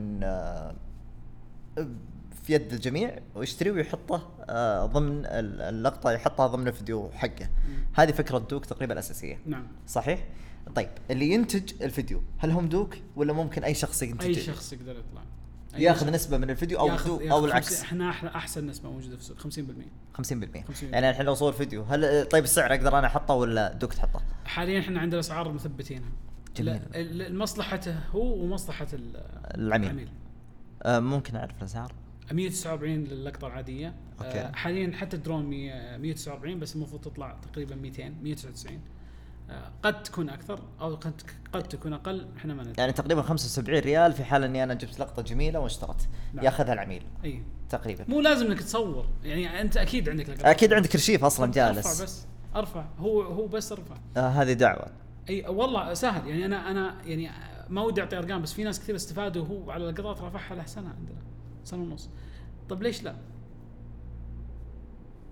في يد الجميع، ويشتريه ويحطه ضمن اللقطه، يحطها ضمن الفيديو حقه. هذه فكره دوك تقريبا الاساسيه. نعم صحيح. طيب اللي ينتج الفيديو هل هم دوك ولا ممكن اي شخص ينتج؟ اي شخص يقدر يطلع ياخذ نسبه من الفيديو او العكس. احنا احسن نسبه موجوده في السوق 50%. يعني الحين لو صور فيديو هل طيب السعر اقدر انا احطه ولا دوك تحطه؟ حاليا احنا عندنا اسعار مثبتينها لمصلحته هو ومصلحه العميل. ممكن اعرف الاسعار؟ 149 للقطه العاديه. حاليا حتى الدرون 149 بس المفروض تطلع تقريبا 199. قد تكون اكثر او قد تكون اقل، احنا ما ندري. يعني تقريبا 75 ريال في حال اني انا جبت لقطه جميله واشترت. نعم. ياخذها العميل. اي تقريبا. مو لازم انك تصور، يعني انت اكيد عندك لقطة. اكيد عندك رشيف اصلا جالس. ارفع هو بس ارفع. هذه دعوه. اي والله سهل. يعني انا يعني ما ودي اعطي ارقام، بس في ناس كثير استفادوا وهو على اللقطات رفعها له سنه، عندنا سنه ونص. طب ليش لا؟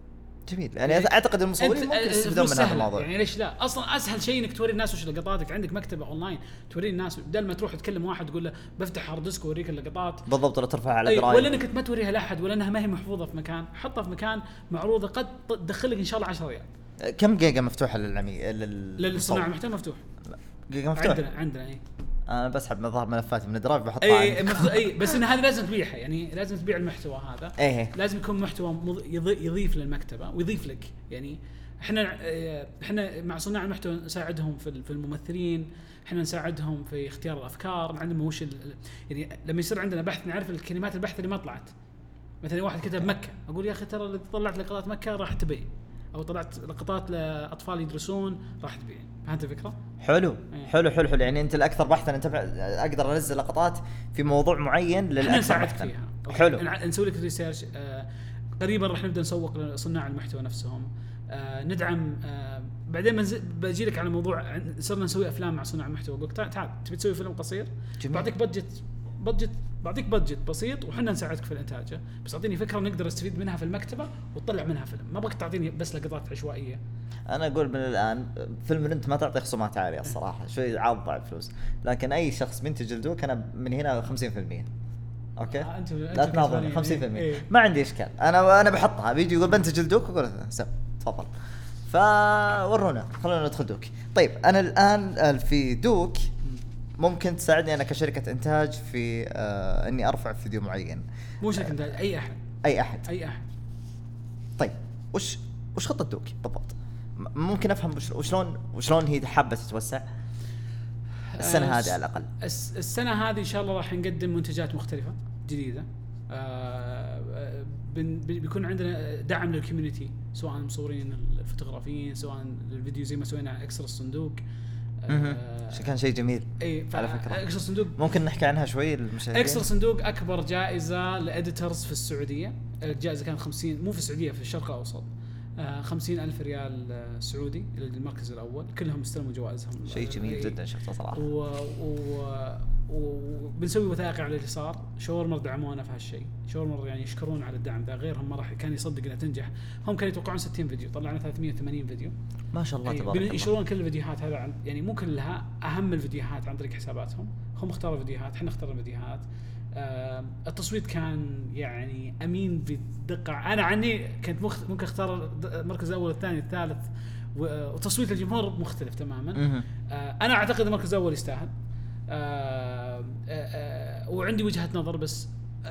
جميل. يعني اعتقد المصورين ممكن يستفيدون من هذا الموضوع. يعني ليش لا؟ اصلا اسهل شيء انك توري الناس وش لقطاتك. عندك مكتبه اونلاين توري الناس، بدل ما تروح تكلم واحد تقول له بفتح هارد ديسك واوريك اللقطات بالضبط، ولا ترفعها على درايف، ولا انك ما توريها لاحد، ولا انها ما هي محفوظه في مكان. حطها في مكان معروضه، قد تدخل لك ان شاء الله 10 ريال. كم جيجا مفتوحه للصناعه المحتوى مفتوح؟ جيجا مفتوح عندنا اي. انا بسحب من ظهر ملفاتي من الدرايف بحطها اي بس ان هذا لازم تبيعها، يعني لازم تبيع المحتوى هذا. لازم يكون محتوى يضيف للمكتبه ويضيف لك. يعني احنا مع صناع المحتوى نساعدهم في الممثلين، احنا نساعدهم في اختيار الافكار. عندنا وش يعني لما يصير عندنا بحث نعرف الكلمات البحث اللي ما طلعت. مثلا واحد كتب مكه، اقول يا اخي ترى اللي طلعت لقطات مكه راح تبيع، او طلعت لقطات لاطفال يدرسون راح تبيع. فهمت الفكره؟ حلو. يعني انت الاكثر بحثا انت اقدر انزل لقطات في موضوع معين للاكثر بحثا. حلو. نسوي لك ريسيرش. قريبا راح نبدا نسوق لصناع المحتوى نفسهم. ندعم. بعدين بجي لك على موضوع صرنا نسوي افلام مع صناع المحتوى. اقول تعال تبي تسوي فيلم قصير، بعطيك بادجت بسيط وحنا نساعدك في الانتاج، بس اعطيني فكره نقدر نستفيد منها في المكتبه وتطلع منها فيلم. ما بغيك تعطيني بس لقطات عشوائيه. انا اقول من الان فيلم انت ما تعطي خصومات عاليه الصراحه، شوي عاض على الفلوس، لكن اي شخص بنتج الدوك انا من هنا 50%. اوكي لا تناظرني 50%. ما عندي اشكال. انا بحطها. بيجي يقول بنتج الدوك اقول تفضل. فورونا، خلونا ندخل دوك. طيب انا الان في دوك ممكن تساعدني انا كشركه انتاج في اني ارفع فيديو معين. مو شركه انتاج، اي احد. طيب وش خطه دوك بالضبط؟ ممكن افهم وشلون هي حابه تتوسع السنه هذه على الاقل. السنه هذه ان شاء الله راح نقدم منتجات مختلفه جديده. بيكون عندنا دعم للكوميونتي، سواء المصورين الفوتوغرافيين، سواء الفيديو زي ما سوينا اكسر الصندوق. كان شيء جميل. على فكره اكسر صندوق ممكن نحكي عنها شوي للمشاهدين. اكسر صندوق اكبر جائزه لاديترز في السعوديه. الجائزه كانت 50، مو في السعوديه، في الشرق الاوسط. 50,000 ريال سعودي للمركز الاول. كلهم استلموا جوائزهم. شيء جميل جدا شفته صراحه. وبنسوي وثائقي على اللي صار. شاورمر دعمونا في هالشيء. شاورمر يعني يشكرون على الدعم ذا، غيرهم ما راح كان يصدق انها تنجح. هم كانوا يتوقعون 60 فيديو، طلعنا 380 فيديو ما شاء الله تبارك الله. ينشرون كل الفيديوهات هذا يعني مو كلها، اهم الفيديوهات عن طريق حساباتهم. هم اختاروا الفيديوهات، احنا اخترنا الفيديوهات. التصويت كان يعني امين بدقه. انا عني كنت ممكن اختار المركز الاول الثاني الثالث، وتصويت الجمهور مختلف تماما. انا اعتقد المركز الاول يستاهل. وعندي وجهة نظر، بس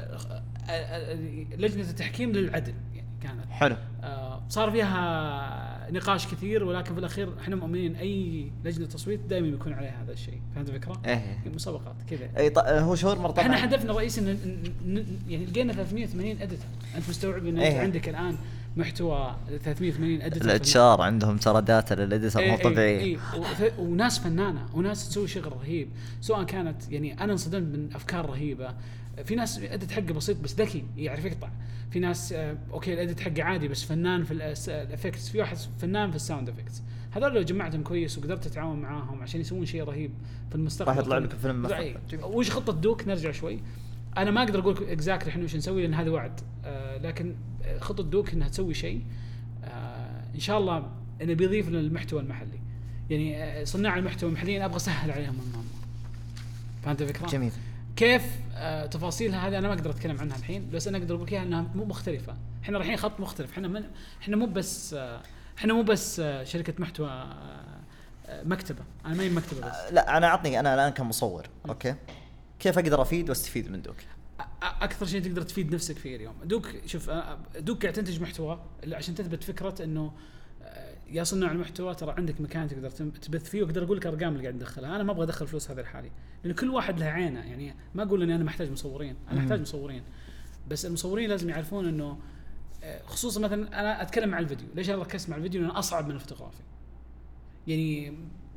لجنة التحكيم للعدل يعني كانت حلو. صار فيها نقاش كثير، ولكن في الأخير احنا مؤمنين أي لجنة تصويت دائما يكون عليها هذا الشيء. فهمت الفكرة؟ مسابقات كذا. هو شاورمر طبعا احنا هدفنا الرئيسي يعني لقينا 380 اديتر. انت مستوعب ان انت عندك الان محتوى 380 اديتر. الاتشار عندهم ترى داتا للاديتر مو طبيعي. وناس فنانه وناس تسوي شغل رهيب، سواء كانت يعني انا انصدمت من افكار رهيبه. في ناس اديت حقه بسيط بس ذكي يعرف يقطع. في ناس اوكي الاديت حقه عادي بس فنان في الافكتس. في واحد فنان في الساوند افكتس. هذول لو جمعتهم كويس وقدرت تتعاون معاهم عشان يسوون شيء رهيب في المستقبل راح يطلع لك فيلم. وش خطه دوك؟ نرجع شوي. انا ما اقدر اقول اكزاكتلي احنا وش نسوي لان هذا وعد. لكن خطه دوك انها تسوي شيء ان شاء الله انه بيضيف للمحتوى المحلي. يعني صناع المحتوى المحليين ابغى اسهل عليهم المهمه. فهمت الفكره؟ جميل. كيف تفاصيلها هذه انا ما اقدر اتكلم عنها الحين، بس انا اقدر اقول لك انها مو مختلفه. احنا رايحين خط مختلف. احنا مو بس شركه محتوى مكتبه. انا ما هي مكتبه بس. لا انا انا الان كمصور اوكي كيف اقدر افيد واستفيد من دوك؟ اكثر شيء تقدر تفيد نفسك فيه اليوم. دوك شوف، دوك قاعد تنتج محتوى عشان تثبت فكره انه يا صناع المحتوى ترى عندك مكان تقدر تبث فيه. واقدر اقول لك ارقام اللي قاعد ندخلها. انا ما ابغى ادخل فلوس هذا الحالي لان كل واحد له عينه. يعني ما اقول اني انا محتاج مصورين، انا محتاج مصورين، بس المصورين لازم يعرفون انه خصوصا مثلا انا اتكلم مع الفيديو. ليش انا ركزت مع الفيديو؟ لانه اصعب من الفوتوغرافي. يعني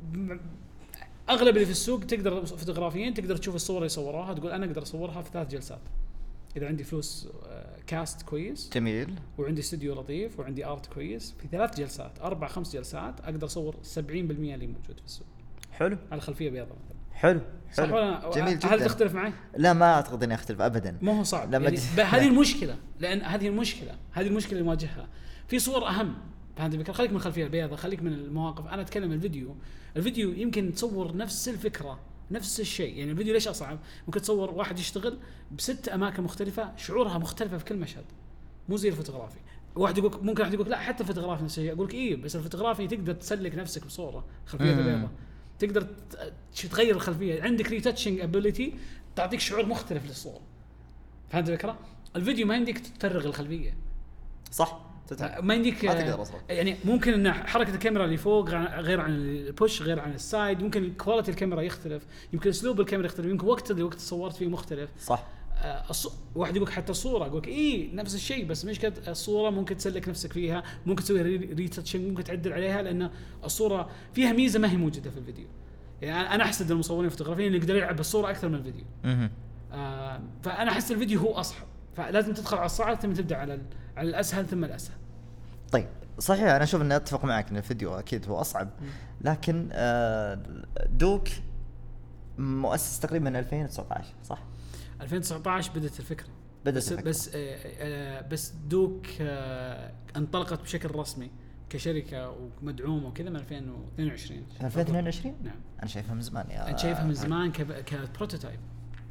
اغلب اللي في السوق تقدر فوتوغرافيين تقدر تشوف الصور اللي صوروها تقول انا اقدر اصورها في 3 جلسات اذا عندي فلوس كاست كويس جميل وعندي استوديو لطيف وعندي ارت كويس. في 3 جلسات 4-5 جلسات اقدر اصور 70% اللي موجود في السوق. حلو. على خلفيه بيضاء مثلا. حلو. جميل جدا. هل تختلف معي؟ لا ما اعتقد اني اختلف ابدا. ما هو صعب يعني هذه المشكله. لان هذه المشكله اللي نواجهها. في صور اهم. فهمت الفكره؟ خليك من الخلفيه البيضاء، خليك من المواقف. انا اتكلم الفيديو يمكن تصور نفس الفكره نفس الشيء. يعني الفيديو ليش اصعب؟ ممكن تصور واحد يشتغل ب6 اماكن مختلفه، شعورها مختلفه في كل مشهد، مو زي الفوتوغرافي. واحد يقول ممكن واحد يقول لا حتى الفوتوغرافي نفس الشيء، اقول لك ايه بس الفوتوغرافي تقدر تسلك نفسك بصوره خلفيه بيضاء، تقدر تغير الخلفيه، عندك ريتاتشنج ابيليتي تعطيك شعور مختلف للصوره. فهمت الفكره؟ الفيديو ما عندك تفرغ الخلفيه، صح؟ ما عندك يعني ممكن ان حركه الكاميرا اللي فوق غير عن البوش، غير عن السايد، ممكن كواليتي الكاميرا يختلف، يمكن اسلوب الكاميرا يختلف، يمكن وقت اللي صورت فيه مختلف. صح. واحد يقول حتى الصوره، اقول ايه نفس الشيء بس مشكله الصوره ممكن تسلك نفسك فيها، ممكن تسوي ريتاتشنج، ممكن تعدل عليها، لان الصوره فيها ميزه ما هي موجوده في الفيديو. يعني انا احس ان المصورين الفوتوغرافيين يقدروا يلعب بالصوره اكثر من الفيديو. فانا احس الفيديو هو اصعب، فلازم تدخل على الصعب ثم تبدا على الاسهل ثم الاسهل. طيب صحيح، انا اشوف اني اتفق معك ان الفيديو اكيد هو اصعب، لكن دوك مؤسس تقريبا من 2019 صح؟ 2019 بدت الفكره، بس دوك انطلقت بشكل رسمي كشركه ومدعومه وكذا من 2022. 2022 نعم. انا شايفها من زمان انا شايفها من زمان كبروتوتايب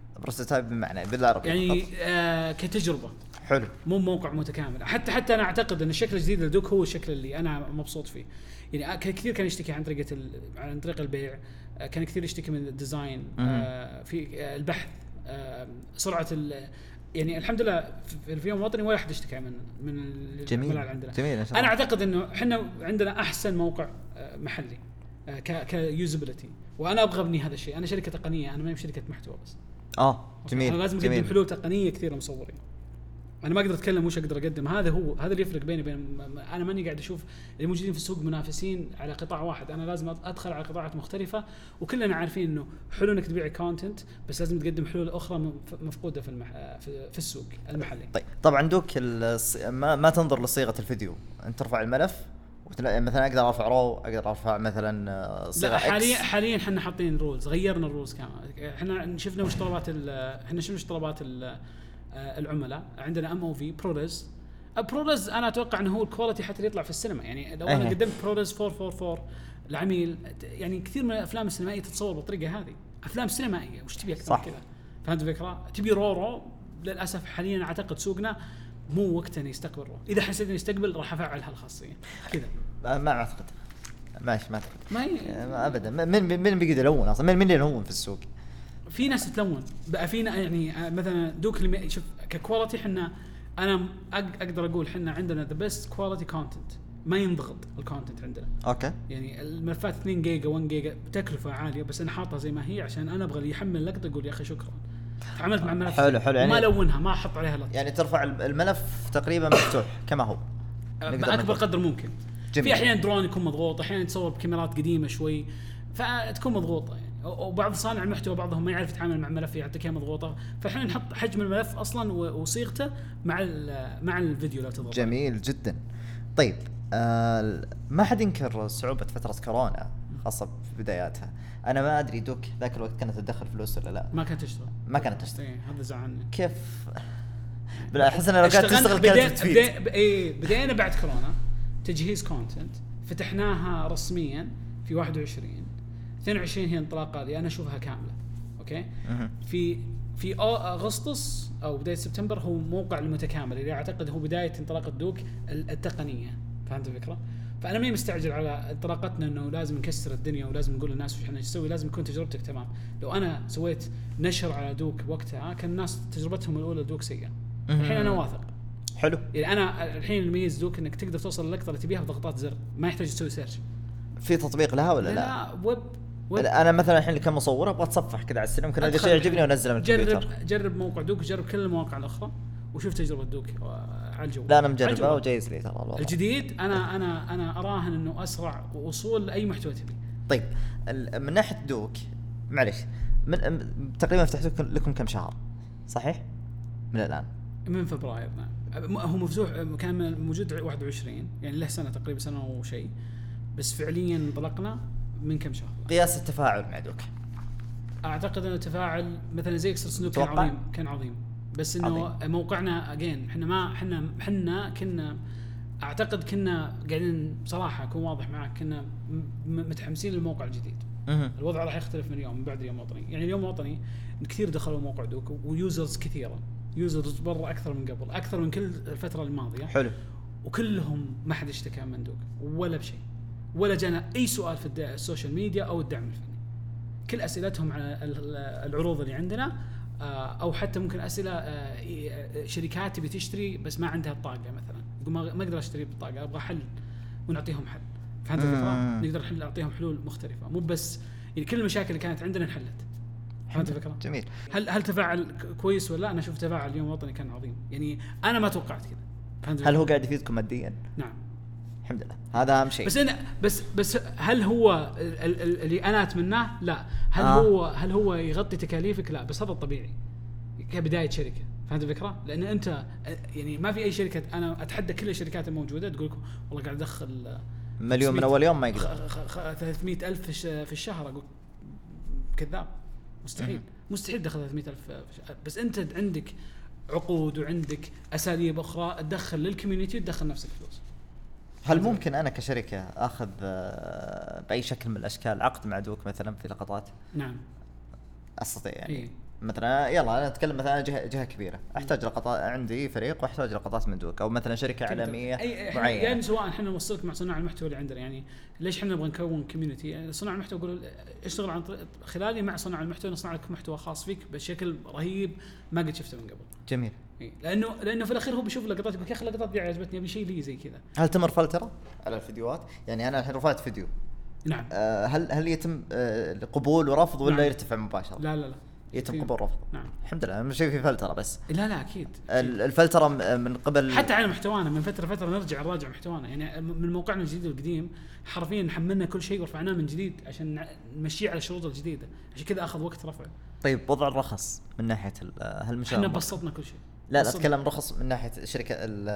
بمعنى بالعربي يعني كتجربه. حلو، مو موقع متكامل. حتى انا اعتقد ان الشكل الجديد لدوك هو الشكل اللي انا مبسوط فيه. يعني كثير كان يشتكي عن طريقه البيع، كان كثير يشتكي من الديزاين، في البحث، سرعه يعني الحمد لله في يوم وطني ولا احد اشتكى من جميل عندنا. جميل. انا اعتقد انه احنا عندنا احسن موقع محلي كيوزابيلتي، وانا ابغى ابني هذا الشيء. انا شركه تقنيه، انا ما هي شركه محتوى بس. جميل. انا لازم اقدم حلول تقنيه كثير للمصورين. انا ما اقدر اتكلم وش اقدر اقدم، هذا اللي يفرق بيني وبين. انا ماني قاعد اشوف اللي موجودين في السوق منافسين على قطاع واحد، انا لازم ادخل على قطاعات مختلفه، وكلنا عارفين انه حلو انك تبيع كونتنت، بس لازم تقدم حلول اخرى مفقوده في السوق المحلي. طيب طبعا دوك ما تنظر لصيغه الفيديو، انت ترفع الملف مثلا اقدر ارفع رو، اقدر ارفع مثلا صيغه حاليا احنا حاطين رولز، غيرنا الرولز كامل. احنا شفنا وش طلبات العملاء. عندنا MOV ProRes انا اتوقع انه هو الكواليتي حتى يطلع في السينما. يعني لو انا قدمت ProRes 444 العميل، يعني كثير من الافلام السينمائيه تتصور بالطريقه هذه، افلام سينمائيه وش تبي اكثر من كذا؟ فهمت الفكره؟ تبي رو للاسف حاليا اعتقد سوقنا مو وقته يستقبل رو. اذا حسيت اني استقبل راح افعل هالخاصيه كذا. ما اعتقد ما اعتقد ما ابدا. من بيقدر يلون اصلا؟ من يلون في السوق؟ في ناس تلون بقى فينا. يعني مثلا دوك اللي شوف ككواليتي، انا اقدر اقول احنا عندنا ذا بيست كواليتي كونتنت، ما ينضغط الكونتنت عندنا. اوكي. يعني الملفات 2 جيجا 1 جيجا تكلفه عاليه، بس انا حاطها زي ما هي عشان انا ابغى اللي يحمل لقطه يقول يا اخي شكرا تعاملت مع الملف. حلو يعني ما لونها، ما احط عليها لقطه. يعني ترفع الملف تقريبا مفتوح كما هو باكبر قدر ممكن. جميل. في احيان درون يكون مضغوط، احيانا تصور بكاميرات قديمه شوي فتكون مضغوطه يعني. وبعض صانع المحتوى بعضهم ما يعرف يتعامل مع ملف يعطيك اياه مضغوطه، فاحنا نحط حجم الملف اصلا وصيغته مع الفيديو لو تضغط. جميل جدا. طيب ما حد ينكر صعوبه فتره كورونا خاصه في بداياتها. انا ما ادري دوك ذاك الوقت كانت تدخل فلوس ولا لا؟ ما كانت تشتغل. هذا زعلني. كيف؟ بالأحسن لو كانت تشتغل كانت تفيد. بدينا بعد كورونا تجهيز كونتنت، فتحناها رسميا في 21. 22 هي انطلاقه اللي انا اشوفها كامله. اوكي. في اغسطس او بدايه سبتمبر هو موقع المتكامل اللي اعتقد هو بدايه انطلاقه دوك التقنيه. فهمت الفكره؟ فانا ما مستعجل على انطلاقتنا انه لازم نكسر الدنيا ولازم نقول للناس وش احنا نسوي. لازم يكون تجربتك تمام. لو انا سويت نشر على دوك وقتها كان الناس تجربتهم الاولى دوك سيئه. الحين انا واثق. حلو. يعني انا الحين الميز دوك انك تقدر توصل للقطه اللي تبيها بضغطات زر، ما يحتاج تسوي سيرش. في تطبيق لها ولا لا؟ لا ويب. انا مثلا الحين كمصور ابغى اتصفح كذا على السينما، ممكن هذا الشيء يعجبني وانزله من الكمبيوتر. جرب موقع دوك، جرب كل المواقع الاخرى وشوف تجربه دوك على الجو. لا انا مجربه وجايز لي ترى الجديد. انا اراهن انه اسرع وصول لاي محتوى تبي. طيب من ناحيه دوك معلش، من تقريبا فتحت لكم كم شهر صحيح من الان؟ من فبراير. نعم هو مفتوح، كان موجود 21 يعني له سنه تقريبا، سنه وشيء، بس فعليا انطلقنا من كم شهر. قياس التفاعل مع دوك اعتقد انه التفاعل مثلا زي اكسترا سنوك كان عظيم بس انه عظيم. موقعنا اجين احنا كنا اعتقد كنا قاعدين بصراحه اكون واضح معك، كنا متحمسين للموقع الجديد. الوضع راح يختلف من اليوم من بعد اليوم الوطني. يعني اليوم الوطني كثير دخلوا موقع دوك ويوزرز كثيره، يوزرز برا اكثر من قبل، اكثر من كل الفتره الماضيه. حلو. وكلهم ما حد اشتكى من دوك ولا بشيء، ولا جانا اي سؤال في السوشيال ميديا او الدعم الفني. كل اسئلتهم على العروض اللي عندنا، او حتى ممكن اسئله شركات تبي تشتري بس ما عندها الطاقه، مثلا يقول ما اقدر اشتري بالطاقه، ابغى حل ونعطيهم حل. فهمت الفكره؟ نقدر نعطيهم حلول مختلفه، مو بس يعني كل المشاكل اللي كانت عندنا انحلت. فهمت الفكره؟ جميل. هل تفاعل كويس ولا لا؟ انا اشوف تفاعل اليوم الوطني كان عظيم، يعني انا ما توقعت كذا. هل هو قاعد يفيدكم ماديا؟ نعم الحمد لله، هذا اهم شيء. بس انا بس هل هو اللي انا اتمناه؟ لا. هل هو يغطي تكاليفك؟ لا، بس هذا الطبيعي كبدايه شركه. فهمت الفكره؟ لان انت يعني ما في اي شركه، انا اتحدى كل الشركات الموجوده تقول لكم والله قاعد ادخل مليون من اول يوم ما يقدر 300,000 في الشهر. اقول كذاب، مستحيل تدخل 300,000 بس انت عندك عقود وعندك اساليب اخرى تدخل للكوميونتي وتدخل نفسك فلوس. هل ممكن انا كشركه اخذ باي شكل من الاشكال عقد مع دوك مثلا في لقطات؟ نعم استطيع يعني مثلا يلا انا اتكلم مثلا جهه كبيره احتاج لقطات، عندي فريق واحتاج لقطات من دوك، او مثلا شركه عالميه معينه. يعني سواء احنا نوصلك مع صناع المحتوى اللي عندنا، يعني ليش احنا نبغى نكون كوميونتي؟ يعني صناع المحتوى يقول اشتغل عن طريق خلالي مع صناع المحتوى، نصنع لك محتوى خاص فيك بشكل رهيب ما قد شفته من قبل. جميل. لانه في الاخير هو بيشوف لقطات يقول يا اخي اللقطات دي عجبتني، ابي شيء لي زي كذا. هل تمر فلتره على الفيديوهات؟ يعني انا الحين رفعت فيديو، نعم، هل يتم قبول ورفض ولا يرتفع مباشره؟ لا يتم قبول ورفض. نعم الحمد لله. مش في فلتره بس؟ لا اكيد الفلتره من قبل حتى على محتوانا من فتره نراجع محتوانا. يعني من موقعنا الجديد والقديم حرفيا حملنا كل شيء ورفعناه من جديد عشان نمشيه على الشروط الجديده، عشان كذا اخذ وقت رفعه. طيب وضع الرخص من ناحيه هل احنا بسطنا كل شيء؟ لا اتكلم رخص من ناحيه الشركه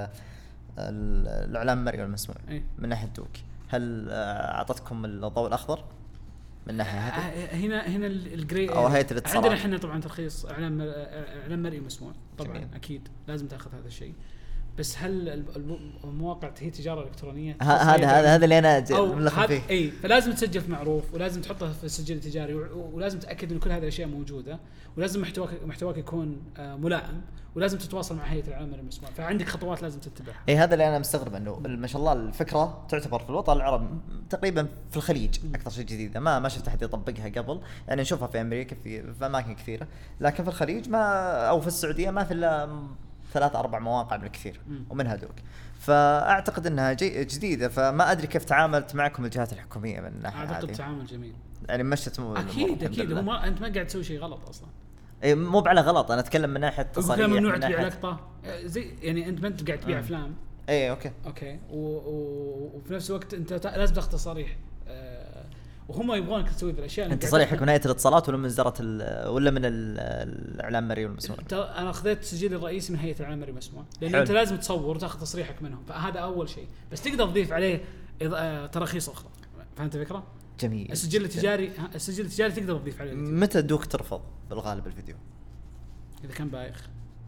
الاعلام المرئي والمسموع. من ناحيه دوك هل اعطتكم الضوء الاخضر من ناحيه هنا الجري او هيئه الاتصالات؟ عندنا احنا طبعا ترخيص اعلام مرئي مسموع طبعا. جميل. اكيد لازم تاخذ هذا الشيء. بس هل المواقع هي تجاره الكترونيه؟ هذا اللي انا ملخص فيه. اي فلازم تسجل في معروف، ولازم تحطه في السجل التجاري، ولازم تاكد ان كل هذه الاشياء موجوده، ولازم محتواك يكون ملائم، ولازم تتواصل مع هيئه العمل المسموع. فعندك خطوات لازم تتبعها. اي هذا اللي انا مستغرب انه ما شاء الله الفكره تعتبر في الوطن العربي تقريبا في الخليج اكثر شيء جديده، ما شفت احد يطبقها قبل. يعني نشوفها في امريكا في اماكن كثيره، لكن في الخليج ما، او في السعوديه ما في الا 3-4 مواقع بالكثير ومنها دوك. فاعتقد انها جديده، فما ادري كيف تعاملت معكم الجهات الحكوميه من الناحيه هذه. اعتقد تعامل جميل يعني مشت اكيد انت ما قاعد تسوي شيء غلط اصلا. اي مو على غلط، انا اتكلم من ناحيه تصاريح، ممنوع تبيع لقطه زي يعني انت ما انت قاعد تبيع افلام. اي اوكي وفي نفس الوقت انت لازم تاخذ تصاريح، وهم يبغونك تسوي الاشياء. انت تصريحك من هيئه الاتصالات ولا من وزاره ولا من الاعلام المرئي والمسموع؟ انا اخذت السجل الرئيسي من هيئه الاعلام المرئي والمسموع، لان انت لازم تصور وتاخذ تصريحك منهم، فهذا اول شيء. بس تقدر تضيف عليه تراخيص اخرى. فهمت الفكره؟ جميل. السجل التجاري تقدر تضيف عليه. متى دوك ترفض بالغالب الفيديو؟ اذا كان بايخ.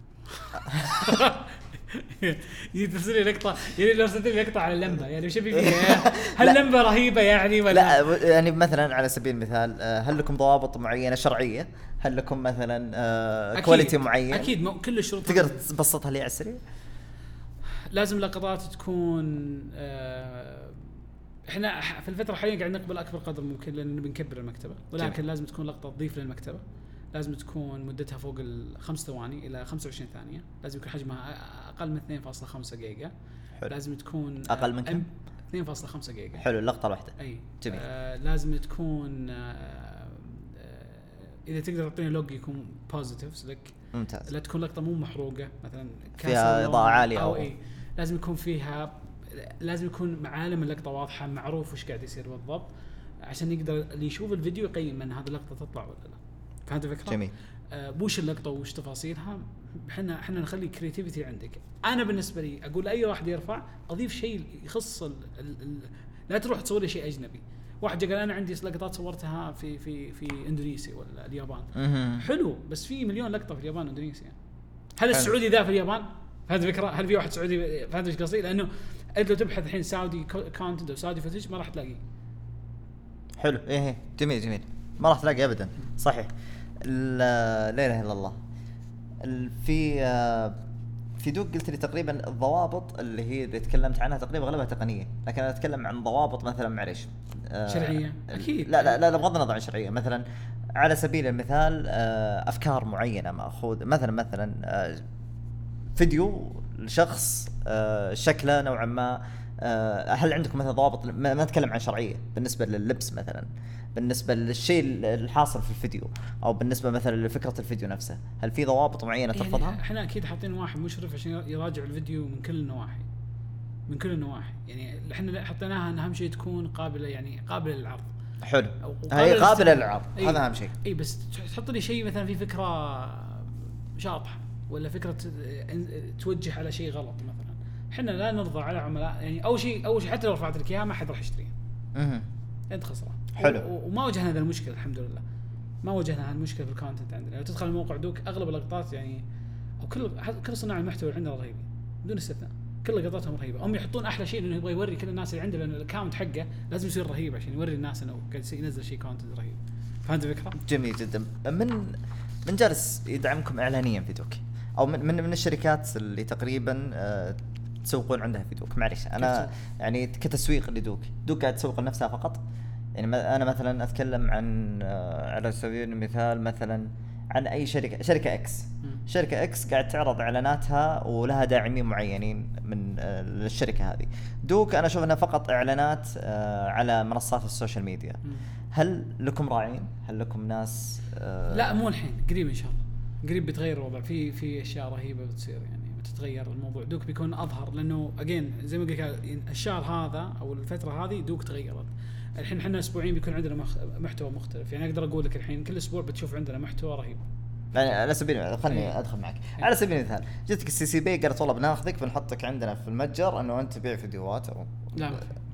يترسل لي لقطه، يعني لو رسلت لي لقطه على اللمبه، يعني وش فيها؟ هل اللمبه رهيبه يعني ولا لا؟ يعني مثلا على سبيل المثال هل لكم ضوابط معينه شرعيه؟ هل لكم مثلا كواليتي معين؟ اكيد كل الشروط تقدر تبسطها لي على السريع. لازم لقطات تكون احنا في الفتره الحاليه قاعد نقبل اكبر قدر ممكن لان بنكبر المكتبه، ولكن جميل. لازم تكون لقطه تضيف للمكتبه، لازم تكون مدتها فوق 5 ثواني الى 25 ثانيه، لازم يكون حجمها اقل من 2.5 جيجا. حلو. لازم تكون اقل من كم؟ 2.5 جيجا. حلو. اللقطه الواحده. اي جميل. لازم تكون اذا تقدر تعطيني لوج يكون بوزيتيفز لك. ممتاز. لا تكون لقطه مو محروقه مثلا فيها اضاءه عاليه او اي. لازم يكون فيها، لازم يكون معالم اللقطه واضحه، معروف وش قاعد يصير بالضبط، عشان يقدر اللي يشوف الفيديو يقيم من هذه اللقطه تطلع ولا لا. فهمت الفكره؟ جميل. وش اللقطه وش تفاصيلها، احنا نخلي كرياتيفيتي عندك. انا بالنسبه لي اقول اي واحد يرفع اضيف شيء يخص لا تروح تصور لي شيء اجنبي. واحد قال انا عندي لقطات صورتها في اندونيسيا ولا اليابان. حلو، بس في مليون لقطه في اليابان واندونيسيا. هل السعودي ذا في اليابان؟ فهمت الفكره؟ هل في واحد سعودي؟ فهمت ايش قصدي؟ لانه انت لو تبحث الحين سعودي كونتنت او سعودي فوتج ما راح تلاقيه. حلو. ايه جميل ما راح تلاقي ابدا. صحيح. لا اله الا الله. في دوق قلت لي تقريبا الضوابط اللي هي اللي تكلمت عنها تقريبا اغلبها تقنيه، لكن انا اتكلم عن ضوابط مثلا معليش شرعيه اكيد. لا بغض النظر عن شرعيه. مثلا على سبيل المثال افكار معينه ماخوذ مثلا فيديو لشخص شكله نوعا ما، هل عندكم مثلا ضوابط؟ ما نتكلم عن شرعيه بالنسبه لللبس مثلا، بالنسبه للشيء الحاصل في الفيديو، او بالنسبه مثلا لفكره الفيديو نفسه، هل في ضوابط معينه ترفضها؟ يعني احنا اكيد حاطين واحد مشرف عشان يراجع الفيديو من كل النواحي يعني احنا حطيناها ان اهم شيء تكون قابله، يعني قابله للعرض. حلو. هي قابله للعرض، هذا اهم شيء. اي بس تحط لي شيء مثلا في فكره شاطحه ولا فكره توجه على شيء غلط مثلا، احنا لا نرضى على عملاء. يعني اول شيء حتى لو رفعت لك اياها ما حد راح يشتريها. انت خسران. حلو. وما واجهنا هذا المشكله الحمد لله، ما واجهنا هالمشكله في الكونتنت عندنا. لو تدخل الموقع دوك اغلب اللقطات يعني او كل صناع المحتوى عندنا رهيبين بدون استثناء، كل لقطاتهم رهيبه. هم يحطون احلى شيء انه يبغى يوري كل الناس اللي عنده، لان الاكونت حقه لازم يصير رهيب عشان يوري الناس انه قاعد ينزل شيء كونتنت رهيب. فهمت الفكره؟ جميل جدا. من جالس يدعمكم اعلانيا في دوك، او من الشركات اللي تقريبا تسوقون عندها في دوك؟ معليش انا يعني كتسويق لدوك، دوك قاعد تسوق لنفسها فقط. يعني انا مثلا اتكلم عن على سبيل المثال مثلا عن اي شركه اكس. شركه اكس قاعد تعرض اعلاناتها ولها داعمين معينين من الشركه هذه. دوك انا اشوف انها فقط اعلانات على منصات السوشيال ميديا. هل لكم راعين؟ هل لكم ناس لا مو الحين، قريب ان شاء الله، قريب بتغير الوضع. في اشياء رهيبه بتصير، يعني بتتغير الموضوع. دوك بيكون اظهر لانه اجين زي ما قلت الشهر هذا او الفتره هذه دوك تغيرت. الحين احنا اسبوعين بيكون عندنا محتوى مختلف. يعني اقدر اقول لك الحين كل اسبوع بتشوف عندنا محتوى رهيب. يعني على سبيل المثال خلني ادخل معك. على سبيل المثال جتك السي سي بي قالت والله بناخذك بنحطك عندنا في المتجر انه انت تبيع فيديوهات او لا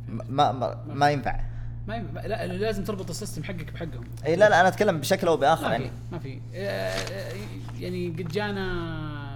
ما ينفع. لا لازم تربط السيستم حقك بحقهم. اي لا انا اتكلم بشكل او باخر. يعني ما في يعني قد جانا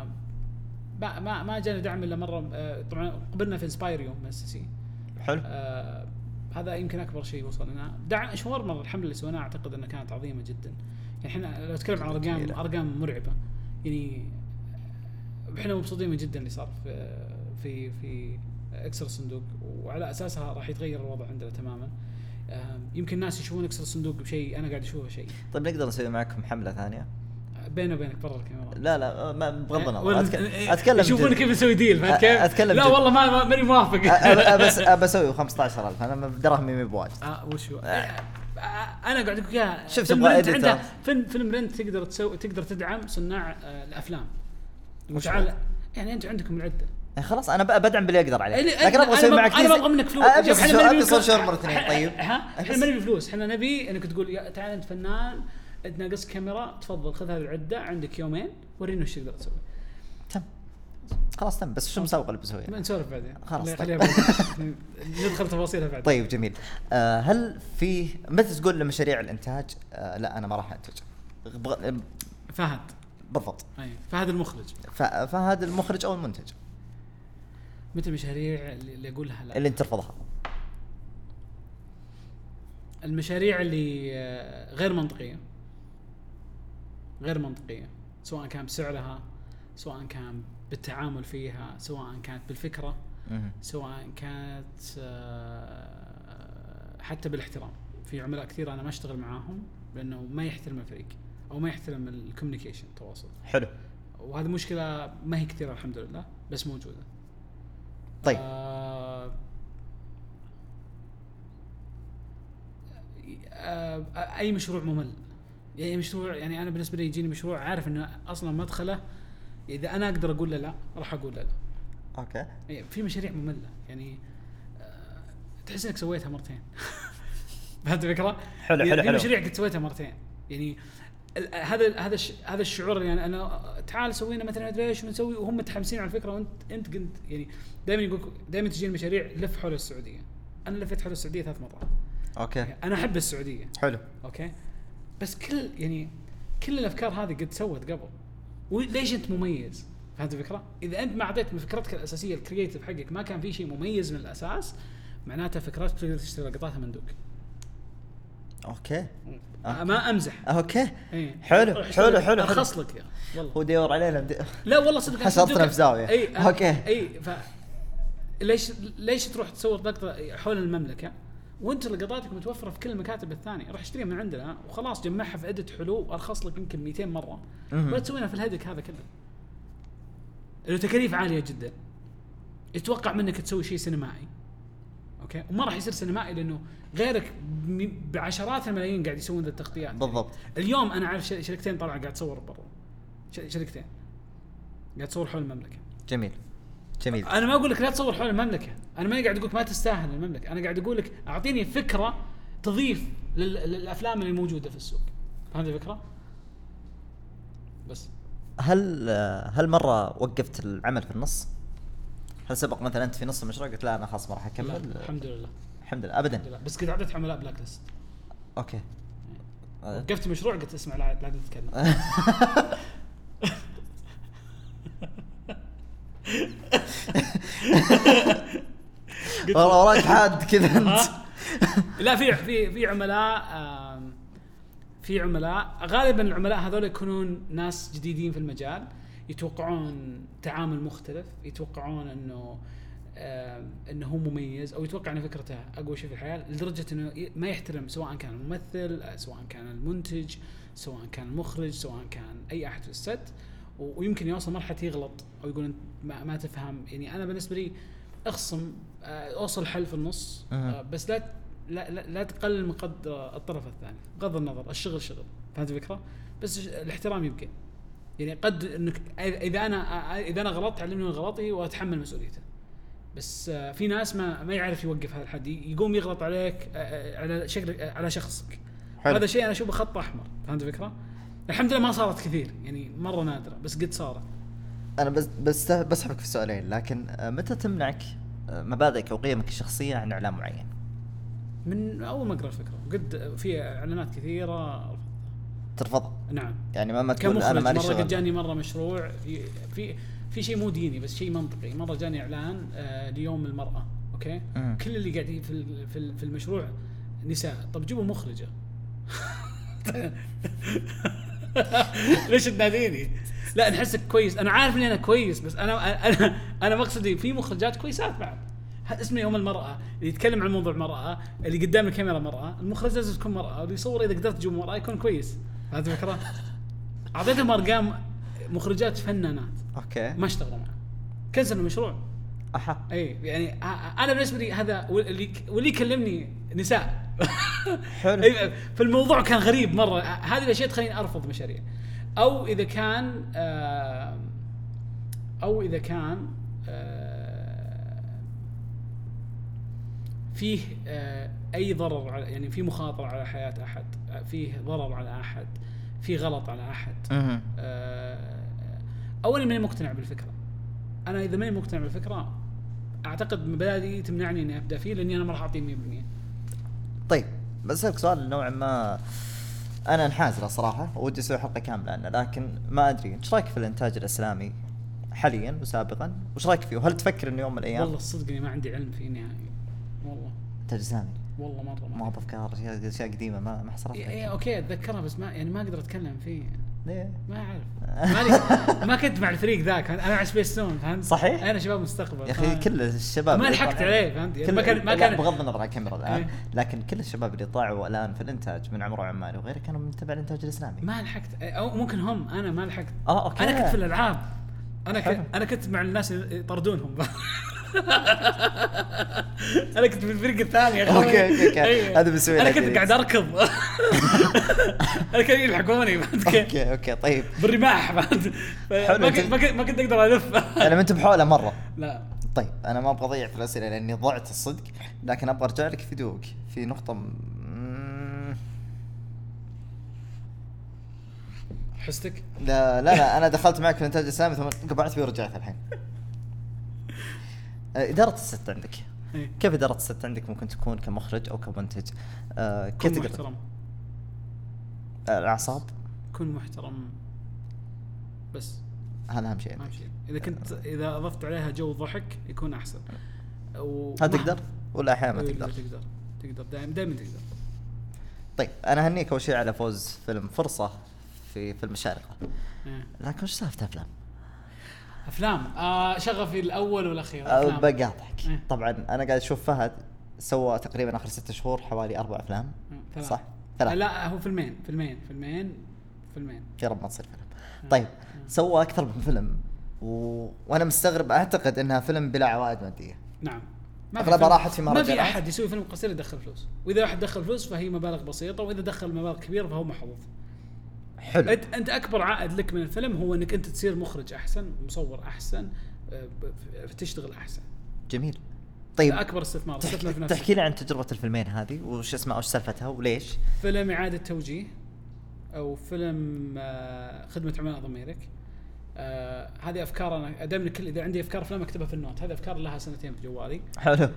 ما جانا دعم الا مره. طبعا قبلنا في انسبايريو من السي. حلو. هذا يمكن اكبر شيء وصل لنا دعم. شاورما الحمله اللي سويناها اعتقد انها كانت عظيمه جدا. يعني احنا لو نتكلم عن ارقام مرعبه، يعني احنا مبسوطين جدا اللي صار في اكسر الصندوق، وعلى اساسها راح يتغير الوضع عندنا تماما. يمكن الناس يشوفون اكسر الصندوق بشيء انا قاعد اشوفه شيء. طيب نقدر نسوي معكم حمله ثانيه بيني وبينك برا الكاميرا؟ لا ما بغض النظر اتكلم يشوفون كيف نسوي ديل. فهمت كيف؟ اتكلم لا والله ماني موافق. بس بسوي 15,000 انا بدرهمي مي بواجد. وشو انا قاعد اقول لك شفت عندها فيلم رنت تقدر تدعم صناع الافلام. وتعال يعني انتم عندكم العده. خلاص انا بدعم باللي اقدر عليه، لكن ابغى اسوي معك انا ابغى منك فلوس. احنا نبي صور مره ثانيه. طيب احنا ما نبي فلوس، احنا نبي انك تقول تعال انت فنان تناقص كاميرا، تفضل خذ هذه العده عندك يومين ورينا ايش تقدر تسوي. خلاص تم. بس شو مسوق اللي بسويه؟ نسولف بعدين. خلاص ندخل تفاصيلها بعدين. طيب جميل. هل في متى تقول لمشاريع الانتاج لا انا ما راح انتج؟ فهد بالضبط. فهد المخرج. فهد المخرج او المنتج. متى المشاريع اللي اقولها لا؟ اللي انت ترفضها. المشاريع اللي غير منطقية سواء كان بسعرها، سواء كان بالتعامل فيها، سواء كانت بالفكرة، سواء كانت حتى بالاحترام. في عملاء كثير أنا ما أشتغل معاهم لأنه ما يحترم الفريق أو ما يحترم الكوميونيكيشن التواصل. حلو. وهذه مشكلة ما هي كثيرة الحمد لله بس موجودة. طيب أي مشروع ممل، يعني مشروع، يعني أنا بالنسبة لي يجيني مشروع عارف إنه أصلاً مدخله إذا أنا أقدر أقول لا راح أقول لا. أوكي. في مشاريع مملة يعني تحس إنك سويتها مرتين. فهمت الفكرة؟ حلو. في مشاريع قد سويتها مرتين، يعني هذا الشعور. يعني أنا تعال سوينا مثلاً أدري إيش ونسوي وهم متحمسين على الفكرة وأنت كنت يعني دائما تجيني مشاريع لف حول السعودية. أنا لفيت حول السعودية 3 مرات. أوكي. أنا أحب السعودية. حلو. أوكي. بس كل الأفكار هذه قد سوت قبل. وليش أنت مميز؟ فهمت الفكره؟ اذا انت ما اعطيت من فكرتك الاساسيه الكرييتيف حقك ما كان في شيء مميز من الاساس، معناته فكرتك تقدر تشتري لقطاتها مندوق. اوكي ما امزح. اوكي ايه. حلو ارخص لك يا والله. هو ديور علينا لا والله صدق حصلتنا في زاويه. اوكي اي ليش تروح تصور لقطه حول المملكه وانت لقطاتك متوفره في كل المكاتب الثانيه؟ راح اشتريها من عندنا وخلاص، جمعها في اديت حلو ارخص لك يمكن 200 مره، ولا تسويها في الهدك هذا كله. له تكاليف عاليه جدا، يتوقع منك تسوي شيء سينمائي، اوكي، وما راح يصير سينمائي لانه غيرك بعشرات الملايين قاعد يسوون ذا التغطيات. بالضبط. اليوم انا عارف شركتين طالعه قاعد تصور برا، شركتين قاعد تصور حول المملكه. جميل. انا ما اقول لك لا تصور حول المملكه، انا ما قاعد اقول لك ما تستاهل المملكه، انا قاعد اقول لك اعطيني فكره تضيف للافلام اللي موجوده في السوق. فهمت الفكره؟ بس هل مره وقفت العمل في النص؟ هل سبق مثلا انت في نص المشروع قلت لا انا خلاص ما راح اكمل؟ الحمد لله ابدا. لا. بس كنت عدت عملاء بلاك ليست. اوكي. وقفت مشروع قلت اسمع لا تتكلم. والله وراك حاد كذا انت. لا في عملاء غالبا العملاء هذول يكونون ناس جديدين في المجال، يتوقعون تعامل مختلف، يتوقعون انه هو مميز، او يتوقع ان فكرته اقوى شيء في الحياه، لدرجه انه ما يحترم سواء كان الممثل، سواء كان المنتج، سواء كان المخرج، سواء كان اي احد في الست، ويمكن يوصل مرحله يغلط او يقول انت ما تفهم. يعني انا بالنسبه لي اخصم، اوصل حل في النص، بس لا تقلل من قدر الطرف الثاني، بغض النظر الشغل شغل. فهمت الفكره؟ بس الاحترام يبقى. يعني قد انك اذا انا غلطت علمني من غلطي واتحمل مسؤوليته. بس في ناس ما يعرف يوقف هذا الحد، يقوم يغلط عليك على شخصك. هذا شيء انا اشوفه خط احمر. فهمت الفكره؟ الحمد لله ما صارت كثير، يعني مره نادره، بس قد صارت. انا بسحبك في سؤالين، لكن متى تمنعك مبادئك او قيمك الشخصيه عن اعلان معين؟ من اول ما اقرا الفكره، قد في اعلانات كثيره ترفضها. نعم. يعني ما تقول انا مالي شغل. مره قد جاني مره مشروع في شيء مو ديني بس شيء منطقي. مره جاني اعلان ليوم المراه، اوكي، كل اللي قاعدين في المشروع نساء. طب جيبوا مخرجه. ليش تناديني؟ لا نحسك كويس، انا عارف اني انا كويس، بس انا مقصدي في مخرجات كويسات بعد. اسمه يوم المرأة، اللي يتكلم عن موضوع المرأة، اللي قدام الكاميرا مرأة، المخرج لازم تكون مرأة، واللي يصور إذا قدرت تجيب مرأة يكون كويس. هذا الفكرة. أعطيتهم أرقام مخرجات فنانات، أوكي، ما اشتغلوا معه، كنسل المشروع. أي يعني أنا بالنسبة لي هذا واللي يكلمني نساء. حلو. فالموضوع كان غريب مرة. هذه الأشياء تخليني أرفض مشاريع، أو إذا كان فيه أي ضرر، يعني في مخاطرة على حياة أحد، فيه ضرر على أحد، في غلط على أحد. أولا ماني مقتنع بالفكرة. أنا إذا ماني مقتنع بالفكرة أعتقد مبادئي تمنعني إني أبدأ فيه، لأني أنا ما راح أعطيه 100%. طيب بسألك سؤال نوعا ما أنا انحاز له صراحة، ودي أسوي حلقة كاملة عنه، لكن ما أدري إيش رأيك في الإنتاج الإسلامي حاليا وسابقا؟ وش رأيك فيه؟ وهل تفكر إنه يوم من الأيام؟ والله الصدق ما عندي علم فيه نهائي والله. إنتاج إسلامي والله مرة ما بفكر أشياء قديمة ما حصلت. إيه أوكي أتذكرها، بس ما أقدر أتكلم فيه. ليه؟ ما أعرف. ما كنت مع الفريق ذاك، أنا مع سبيس تون، فهمت؟ صحيح. أنا شباب مستقبل يا أخي كل الشباب ما لحقت عليه، فهمت؟ يعني ما كان بغض النظر عن الكاميرا الآن، لكن كل الشباب اللي طلعوا الآن في الإنتاج من عمرو عماني وغيره كانوا من تبع الإنتاج الإسلامي. ما لحقت، أو ممكن هم، أنا ما لحقت. أوكي. أنا كنت في الألعاب، أنا كنت مع الناس اللي يطردونهم. انا كنت في الفريق الثاني يا اخوي. اوكي هذا بسوي. انا كنت قاعد اركض. انا كانوا يلحقوني. اوكي طيب بالرماح. ما كنت اقدر الف. انا ما انت بحوله مره. لا طيب انا ما ابغى اضيع في الاسئله لاني ضعت الصدق، لكن ابغى ارجع لك في دوك في نقطه حستك. لا انا دخلت معك في الانتاج الاسلامي ثم قبعت فيه ورجعت الحين. إدارة الست عندك كيف إدارة الست عندك ممكن تكون كمخرج أو كمنتج؟ كيف تقدر محترم الأعصاب؟ كن محترم بس. هذا اهم شيء. اذا اضفت عليها جو ضحك يكون احسن. هل تقدر ولا احيانا ما تقدر؟ تقدر دائما تقدر. طيب انا هنيك اول شيء على فوز فيلم فرصة في فيلم الشارقة. لكن وش سالفة افلام شغفي الاول والاخير بقاطعك. طبعا انا قاعد اشوف فهد سوى تقريبا اخر 6 شهور حوالي 4 أفلام. صح 3. لا هو فيلمين يا رب ما تصير فيلم. طيب سوى اكثر من فيلم وانا مستغرب، اعتقد انها فيلم بلا عوائد ماديه. نعم اغلبها راحت في مهرجانات. ما في احد يسوي فيلم قصير يدخل فلوس، واذا واحد دخل فلوس فهي مبالغ بسيطه، واذا دخل مبالغ كبيره فهو محظوظ. حلو. انت اكبر عائد لك من الفيلم هو انك انت تصير مخرج احسن، مصور احسن، تشتغل احسن. جميل. طيب اكبر استثمار تحكي لي عن تجربه الفيلمين هذه وش اسمها وش سالفتها وليش؟ فيلم اعاده توجيه او فيلم خدمه عملاء ضميرك. هذه افكار انا دائما اذا عندي افكار افلام اكتبها في النوت. هذه افكار لها 2 سنين في جوالي. حلو.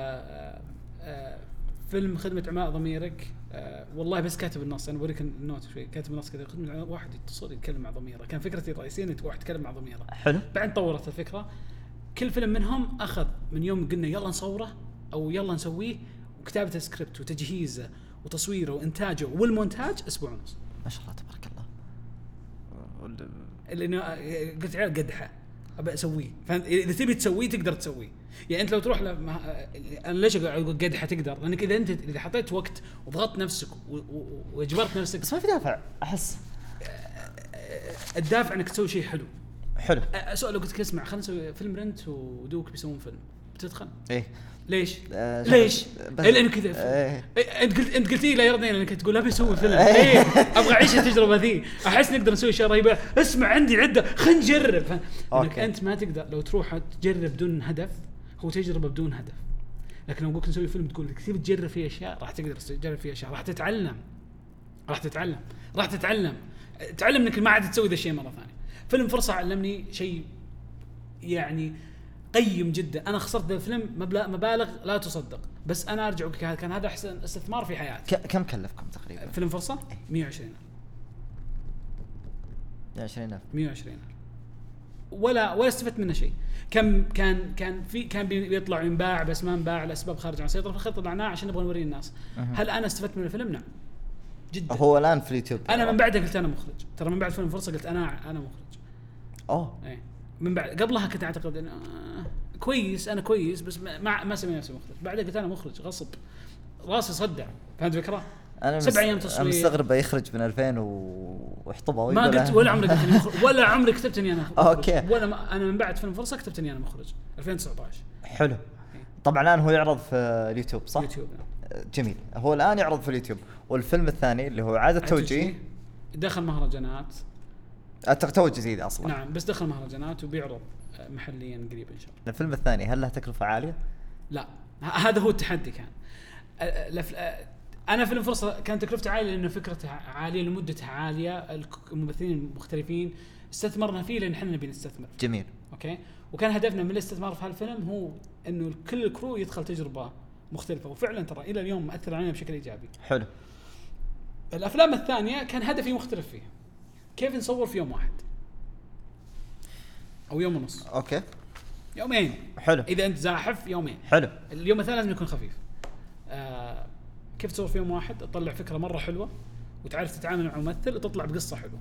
فيلم خدمه عملاء ضميرك والله بس كاتب النص. انا بوريك النوت شوي. كاتب النص كذا خدمه واحد يتصل يتكلم مع ضميره. كان فكرتي الرئيسيه ان واحد يتكلم مع ضميره. حلو. بعد طورت الفكره. كل فيلم منهم اخذ من يوم قلنا يلا نصوره او يلا نسويه وكتابه السكريبت وتجهيزه وتصويره وانتاجه والمونتاج 1.5 أسبوع. ما شاء الله تبارك الله. لانه قلت عيال قدحه ابى اسويه. فاذا تبي تسويه تقدر تسويه. يعني انت لو تروح انا ليش اقول قدحه تقدر؟ لانك اذا حطيت وقت وضغطت نفسك واجبرت نفسك بس ما في دافع. احس الدافع انك تسوي شيء حلو. سؤال لو قلت لك اسمع خلينا نسوي فيلم رنت ودوك بيسوون فيلم بتدخل؟ ايه ليش؟ ليش؟ لانه كذا. انت قلت لي لا يرضين انك تقول ابي اسوي فيلم. ايه ابغى اعيش التجربه ذي. احس نقدر نسوي شيء رهيب. اسمع عندي عده خلينا نجرب. انك انت ما تقدر لو تروح تجرب بدون هدف. هو تجربه بدون هدف. لكن لو قلت نسوي فيلم تقول لك تبي تجرب فيه اشياء راح تقدر تجرب فيه اشياء. راح تتعلم انك ما عاد تسوي ذا الشيء مره ثانيه. فيلم فرصه علمني شيء يعني قيم جدا. انا خسرت بالفيلم مبالغ لا تصدق. بس انا ارجع لك كان هذا احسن استثمار في حياتي. كم كلفكم تقريبا فيلم فرصه؟ 120,000. 120,000 ولا استفدت منه شيء. كان بيطلع ينباع بس ما انباع لاسباب خارج عن السيطره. فخطط طلعناه عشان نبغى نوري الناس. هل انا استفدت من الفيلم؟ نعم جدا. هو الان في اليوتيوب. انا من بعده قلت انا مخرج. ترى من بعد فيلم فرصه قلت انا مخرج. ايه من بعد قبلها كنت اعتقد ان كويس انا كويس بس ما سمي نفسي مخرج. بعدها قلت انا مخرج غصب راسي صدع. فهمت الفكره؟ انا 7 أيام تصوير. انا مستغرب يخرج من 2000 واحطبه ما قلت ولا عمري قلت اني مخرج ولا عمري كتبت اني انا مخرج. اوكي. ولا انا من بعد فيلم فرصه كتبت اني انا مخرج 2019. حلو. طبعا الان هو يعرض في اليوتيوب صح؟ يوتيوب. جميل. هو الان يعرض في اليوتيوب. والفيلم الثاني اللي هو اعاده توجيه دخل مهرجانات. توجه جديد اصلا. نعم بس دخل مهرجانات وبيعرض محليا قريب ان شاء الله. الفيلم الثاني هل له تكلفه عاليه؟ لا هذا هو التحدي. كان انا فيلم فرصه كانت تكلفته عاليه لانه فكرته عاليه لمدتها عاليه. الممثلين مختلفين استثمرنا فيه لان احنا نبي نستثمر. جميل. اوكي. وكان هدفنا من الاستثمار في هالفيلم هو انه كل الكرو يدخل تجربه مختلفه. وفعلا ترى الى اليوم مؤثر علينا بشكل ايجابي. حلو. الافلام الثانيه كان هدفي مختلف فيه. كيف نصور في يوم واحد او يوم ونص. اوكي. يومين. حلو. اذا انت زاحف يومين. حلو. اليوم الثاني لازم يكون خفيف. كيف تصور في يوم واحد؟ تطلع فكره مره حلوه وتعرف تتعامل مع ممثل وتطلع بقصه حلوه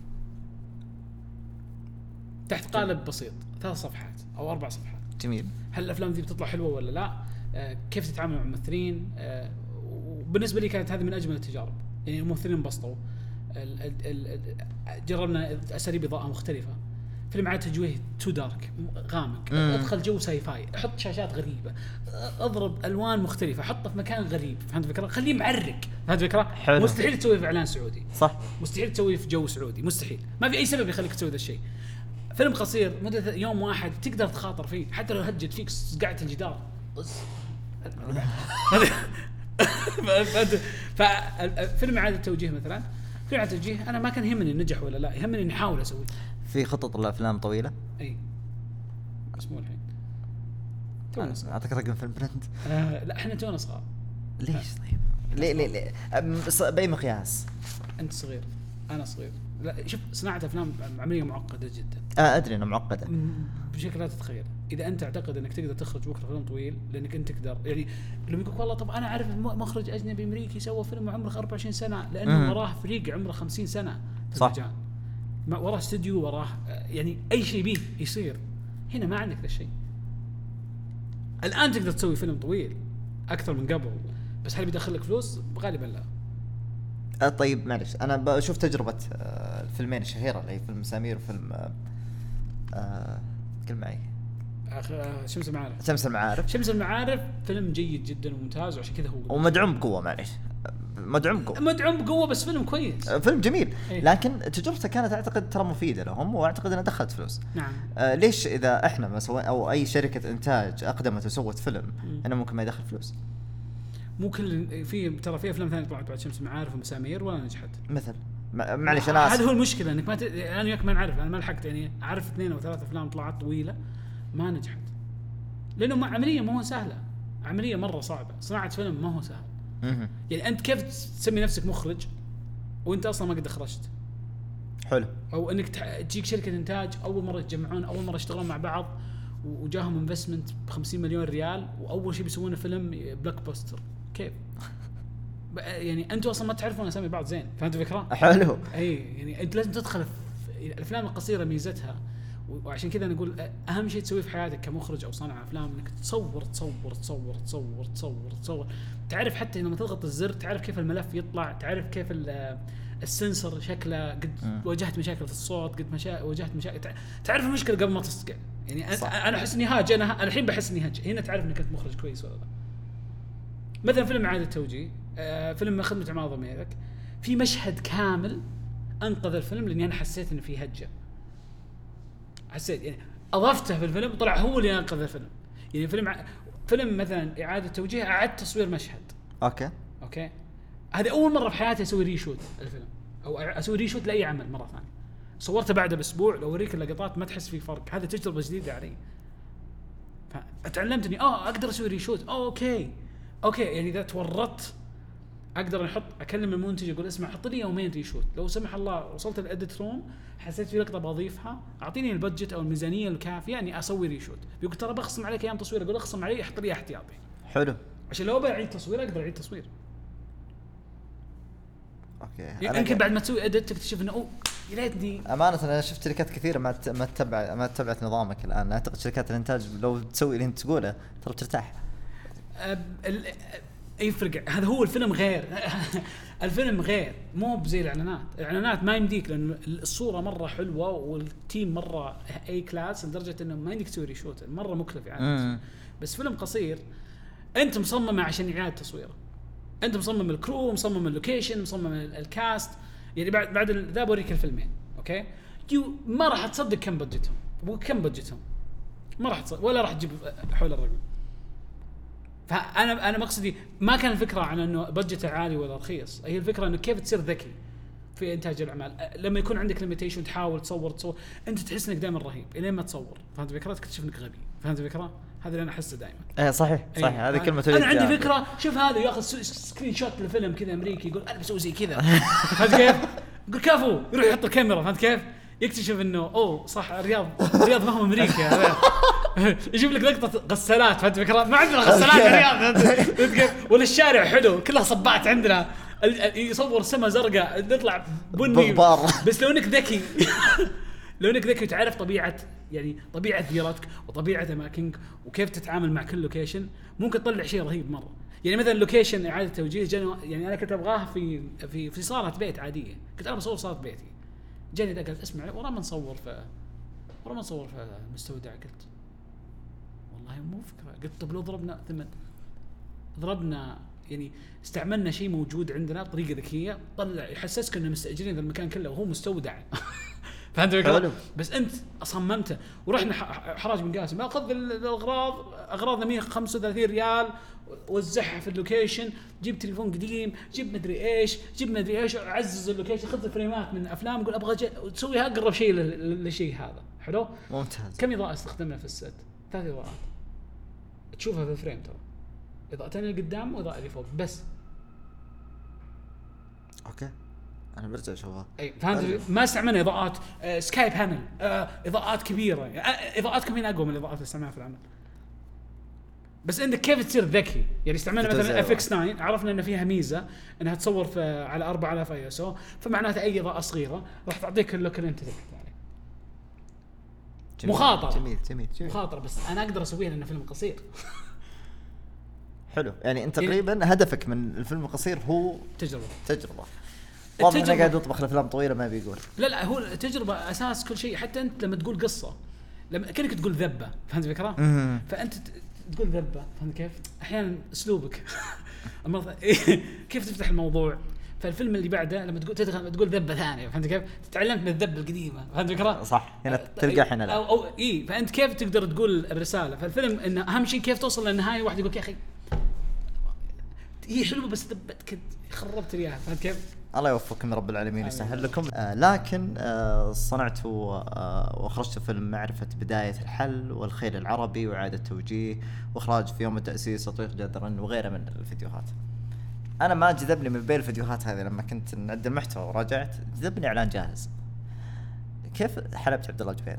تحت قالب بسيط 3 صفحات او 4 صفحات. جميل. هل الافلام دي بتطلع حلوه ولا لا؟ كيف تتعامل مع الممثلين؟ وبالنسبه لي كانت هذه من اجمل التجارب. يعني الممثلين انبسطوا. جربنا اساليب اضاءه مختلفه. فيلم عاد تجويه تو دارك غامق. ادخل جو ساي فاي. احط شاشات غريبه. اضرب الوان مختلفه. حطه في مكان غريب. فهمت الفكره؟ خليه معرك. فهمت الفكره؟ حلو. مستحيل تسويه في اعلان سعودي. صح. مستحيل تسويه في جو سعودي. مستحيل. ما في اي سبب يخليك تسوي ذا الشيء. فيلم قصير مدة يوم واحد تقدر تخاطر فيه حتى لو هجت فيك قاعة الجدار. ففيلم إعادة توجيه مثلا. فيلم إعادة توجيه أنا ما كان يهمني نجح ولا لا. يهمني نحاول أسوي. في خطط الأفلام طويلة؟ أي اسمه الحين أعطيك رقم في البرنت. لا إحنا تونا صغار. ليش طيب؟ ليه بأي مقياس؟ أنت صغير أنا صغير لا شوف صناعه افلام عمليه معقده جدا. ادري انها معقده بشكل لا تتخيل. اذا انت تعتقد انك تقدر تخرج بكره فيلم طويل لانك انت تقدر، يعني لما يقول والله طب انا اعرف مخرج اجنبي امريكي سوى فيلم عمره 24 سنه لانه وراه فريق عمره 50 سنه في المجال، وراه استوديو، وراه يعني اي شيء بيه يصير. هنا ما عندك ذا الشيء. الان تقدر تسوي فيلم طويل اكثر من قبل، بس هل بيدخلك فلوس؟ غالبا لا. طيب معلش، انا بشوف تجربه الفيلمين الشهيره اللي هي فيلم سمير وفيلم كل معي شمس المعارف فيلم جيد جدا وممتاز، وعشان كذا هو ومدعوم بقوه. معلش مدعوم بقوه بس فيلم كويس، فيلم جميل. لكن تجربته كانت اعتقد ترى مفيده لهم، واعتقد انها دخلت فلوس. نعم. ليش اذا احنا مثلا او اي شركه انتاج اقدمت وسوت فيلم انه ممكن ما يدخل فلوس؟ مو كل ترى في افلام ثانيه طلعت بعد شمس المعارف ومسامير ولا نجحت مثل معلش انا هذا هو المشكله، انك انا وياك ما نعرف. انا ما لحقت، يعني اعرف 2 أو 3 افلام طلعت طويله ما نجحت، لانه عمليه ما هو سهله، عمليه مره صعبه. صناعه فيلم ما هو سهل. يعني انت كيف تسمي نفسك مخرج وانت اصلا ما قد خرجت؟ حلو. او انك تجيك شركه انتاج اول مره يتجمعون، اول مره يشتغلون مع بعض، وجاهم انفستمنت ب50 مليون ريال، واول شيء بيسوونه فيلم بلاك باستر. كيف؟ يعني انتوا اصلا ما تعرفون اسامي بعض زين، فهمت الفكره؟ حلو. اي يعني انت لازم تدخل في الافلام القصيره. ميزتها وعشان كذا نقول اهم شيء تسويه في حياتك كمخرج او صانع افلام انك تصور تصور تصور تصور تصور تصور. تعرف حتى لما تضغط الزر تعرف كيف الملف يطلع، تعرف كيف السنسر شكله، قد واجهت مشاكل في الصوت، قد واجهت مشاكل، تعرف المشكله قبل ما تصقع. يعني انا احس اني هاج، انا الحين بحس اني هاج، هنا تعرف انك انت مخرج كويس ولا لا. مثلا فيلم إعادة توجيه، فيلم خدمة عمارة ضميرك، في مشهد كامل انقذ الفيلم لاني انا حسيت ان في هجه، حسيت يعني اضفته في الفيلم طلع هو اللي انقذ الفيلم. يعني فيلم مثلا إعادة توجيه، اعدت تصوير مشهد. اوكي هذه اول مره في حياتي اسوي ريشوت الفيلم، او اسوي ريشوت لاي عمل مره ثانيه. صورته بعده باسبوع، لو اوريك اللقطات ما تحس في فرق. هذه تجربه جديده علي، فتعلمت اني اقدر اسوي ريشوت. اوكي يعني اذا تورطت اقدر اكلم المنتج اقول اسمع حط لي يومين ريشوت، لو سمح الله وصلت الاديت روم حسيت في لقطه بضيفها، اعطيني البادجت او الميزانيه الكافيه اني اسوي ريشوت. بيقول ترى بخصم عليك ايام تصوير، اقول اخصم علي احط لي احتياطي. حلو، عشان لو بعيد تصوير اقدر اعيد تصوير. اوكي. يمكن بعد ما تسوي اديت تكتشف انه يا ليتني. امانه انا شفت شركات كثيره ما تتبعت نظامك الان. اعتقد شركات الانتاج لو تسوي اللي انت تقوله ترى ترتاح. يفرق. هذا هو الفيلم غير. الفيلم غير، مو زي الاعلانات ما يمديك، لان الصوره مره حلوه والتيم مره اي كلاس لدرجه انه ما يمديك تسوي ريشوت، مره مكلف يعني. بس فيلم قصير انت مصمم عشان اعاده تصويره، انت مصمم الكرو، مصمم اللوكيشن، مصمم الكاست. يعني بعد ذا بوريك الفيلمين اوكي ما راح تصدق كم بجتهم ما راح تصدق ولا راح تجيب حول الرقم. فانا مقصدي ما كان الفكره عن انه بجته عالي ولا رخيص، هي الفكره انه كيف تصير ذكي في انتاج الاعمال. لما يكون عندك ليميتيشن تحاول تصور انت تحس انك دائما رهيب الين ما تصور، فهمت الفكره؟ تكتشف انك غبي، فهمت الفكره؟ هذا اللي انا احسه دائما. صحيح هذه كلمه انا عندي فكره، شوف هذا ياخذ سكرين شوت للفيلم كذا امريكي يقول انا بسوي زي كذا. فهمت كيف؟ يقول كفو، يروح يحط الكاميرا، فهمت كيف؟ يكتشف انه صح الرياض ما هو امريكا. يجيب لك لقطه غسالات، فهمت الفكره؟ ما عندنا غسالات في الرياض، فهمت كيف؟ ولا الشارع حلو كلها صبات عندنا، يصور سما زرقاء نطلع بني. بس لو انك ذكي وتعرف طبيعه ديارتك وطبيعه اماكنك وكيف تتعامل مع كل لوكيشن، ممكن تطلع شيء رهيب مره. يعني مثلا لوكيشن اعاده توجيه يعني انا كنت ابغاه في صاله بيت عاديه، كنت انا بصور صاله بيتي، جاني ذا قال اسمع ورا ما نصور في المستودع. قلت والله مو فكره. قلت طب لو ضربنا يعني استعملنا شيء موجود عندنا بطريقه ذكيه، طلع يحسسك انه مستاجرين المكان كله وهو مستودع. فهمت الفكره؟ بس انت صممته. ورحنا حراج بن قاسم اخذ اغراض 135 ريال وزعها في اللوكيشن، جيب تليفون قديم، جيب مدري ايش، عزز اللوكيشن، خذ الفريمات من افلام، قول ابغى تسويها اقرب شيء للشيء هذا. حلو ممتاز. كم اضاءه استخدمنا في الست؟ 3 اضاءات تشوفها في الفريم، ترى اضاءتين اللي قدام واضاءه اللي فوق بس. اوكي انا برجع اشوفها. اي فهمت. ما استعملنا اضاءات سكاي بانل، اضاءات كبيره، اضاءات كمان اقوى من الاضاءات اللي استعملها في العمل. بس عندك كيف تصير ذكي، يعني استعملنا مثلا FX9 عرفنا ان فيها ميزه انها تصور في على 4000 ISO، فمعناته اي اضاءه صغيره راح تعطيك اللوك اللي انت تبي عليه. مخاطره. جميل مخاطره، بس انا اقدر اسويها لانه فيلم قصير. حلو. يعني انت تقريبا هدفك من الفيلم القصير هو تجربه. واضح انه قاعد يطبخ الافلام طويله ما بيقول. لا هو تجربه اساس كل شيء. حتى انت لما تقول قصه، لما كانك تقول ذبه، فهمت الفكره؟ فانت تقول ذبه، فهمت كيف؟ احيانا اسلوبك كيف تفتح الموضوع. فالفيلم اللي بعده لما تقول تقول ذبه ثانيه، فهمت كيف؟ تعلمت من الذبه القديمه، فهمت الفكره؟ صح. هنا تلقى حنا او اي. فانت كيف تقدر تقول الرساله؟ فالفيلم انه اهم شيء كيف توصل للنهايه. واحد يقول يا اخي هي حلوه بس ذبتك، خربت اياها، فهمت كيف؟ الله يوفقكم رب العالمين يسهل لكم. لكن صنعتوا واخرجتوا فيلم معرفة بداية الحل والخيل العربي وإعادة توجيه واخراج في يوم التأسيس تطوير جدرا وغيره من الفيديوهات. انا ما جذبني من بين الفيديوهات هذه لما كنت نعد المحتوى وراجعت، جذبني اعلان جاهز. كيف حلبت عبد الله جبيله؟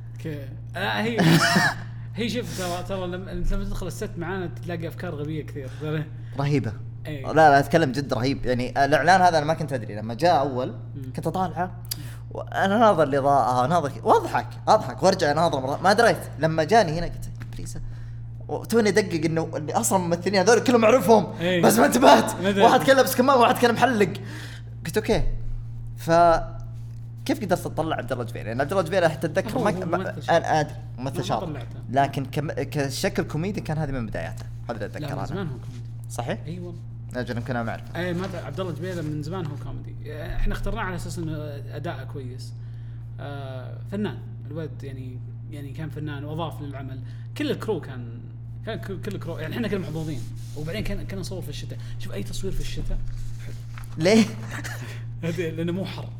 هي شوف ترى لما تدخل الست معانا تلاقي افكار غبيه كثير رهيبه. أيه. لا اتكلم جد رهيب. يعني الاعلان هذا انا ما كنت ادري لما جاء اول كنت اطالعه وانا ناظر الاضاءه ناظر واضحك وارجع ناظر ما دريت. لما جاني هنا قلت بليز، وتوني ادقق انه اللي اصلا الممثلين هذول كلهم اعرفهم. أيه. بس ما انتبهت، واحد كان لابس كمام وواحد كان محلق. قلت اوكي. كيف قدرت تطلع عبد الله جبيله؟ يعني عبد الله جبيله حتى اتذكر انا ادري ممثل شاطر، لكن كشكل كوميدي كان هذه من بداياته. هذا اتذكر انا. زمان هو كوميدي صحيح. ايوه اجل يمكن انا ما اعرف. اي ما عبد الله جبيله من زمان هو كوميدي. احنا اخترناه على اساس انه اداءه كويس. فنان الولد، يعني كان فنان واضاف للعمل. كل الكرو كان كل الكرو، يعني احنا كنا محظوظين. وبعدين كنا نصور في الشتاء. شوف اي تصوير في الشتاء حلو. ليه؟ لانه مو حر.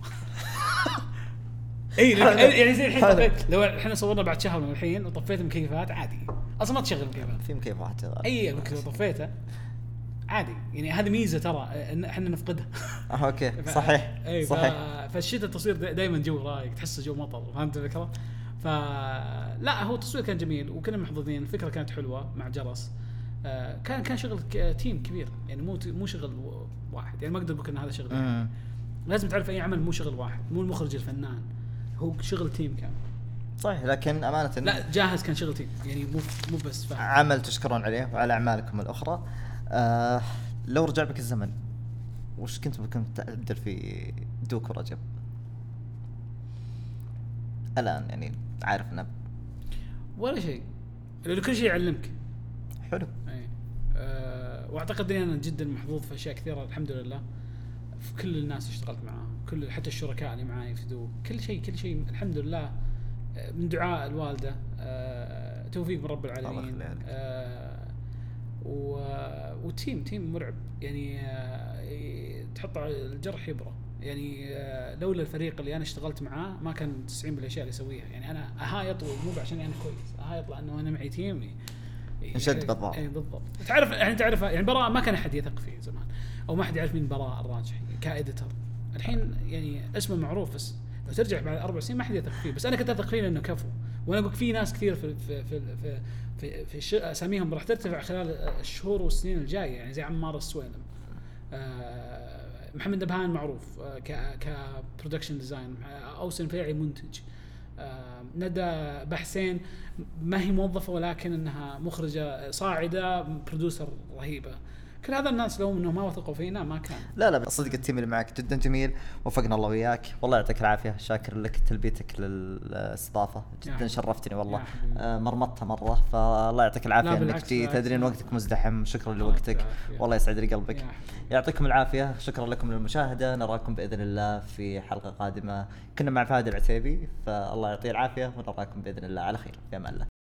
اي يعني زي الحين لو احنا صورنا بعد شهر من الحين وطفيت المكيفات عادي، اصلا ما تشغل المكيفات. في مكيفات اي لو طفيته عادي. يعني هذه ميزه ترى ان احنا نفقدها. اوكي صحيح. فالشتاء التصوير دائما جو رايق، تحسه جو مطر، فهمت الفكره؟ فلا هو التصوير كان جميل وكنا محظوظين. الفكره كانت حلوه مع جرس. كان شغل تيم كبير، يعني مو شغل واحد. يعني ما اقدر اقول ان هذا شغل يعني. لازم تعرف اي عمل مو شغل واحد، مو المخرج الفنان، هو شغل تيم كان. صحيح. لكن امانه لا جاهز كان شغل تيم، يعني مو بس فاهم. عمل تشكرون عليه وعلى اعمالكم الاخرى. لو رجع بك الزمن وش كنت ممكن تبدل في دوك ورجب الان؟ يعني عارف انه ولا شيء، لأنه كل شيء يعلمك. حلو. اي واعتقد اني انا جدا محظوظ في اشياء كثيره الحمد لله. في كل الناس اشتغلت معاهم، حتى الشركاء اللي معاي في دوك، كل شيء الحمد لله من دعاء الوالده. توفيق من رب العالمين. وتيم مرعب، يعني تحط على الجرح يبرى. يعني لولا الفريق اللي انا اشتغلت معاه ما كان 90% بالاشياء اللي اسويها. يعني انا اهايط مو عشان انا كويس، اهايط لانه انا معي تيم نشد بالضبط. اي بالضبط. تعرف يعني براء ما كان احد يثق فيه زمان، او ما حد يعرف مين براء الراجحي كاديتور. الحين يعني اسمه معروف، بس لو ترجع بعد 4 سنين ما حد يثق فيه. بس انا كنت اثق فيه لانه كفو. وانا اقول في ناس كثير في اساميهم راح ترتفع خلال الشهور والسنين الجايه، يعني زي عمار السويلم، محمد نبهان معروف كبرودكشن ديزاين، اوسن فيعي منتج، ندى بحسين ما هي موظفه ولكن انها مخرجه صاعده، برودوسر رهيبه. كل هذا الناس لو انهم ما وثقوا فينا ما كان. لا صدق التيم اللي معك جدا جميل، وفقنا الله وياك. والله يعطيك العافيه. شاكر لك تلبيتك للاستضافه، جدا شرفتني والله. مرمطتها مره، فالله يعطيك العافيه انك جيت. تدري ان وقتك مزدحم. شكرا لوقتك، والله يسعد لي قلبك. يعطيكم العافيه. شكرا لكم للمشاهده. نراكم باذن الله في حلقه قادمه. كنا مع فهد العتيبي، فالله يعطيه العافيه ونراكم باذن الله على خير. في امان الله.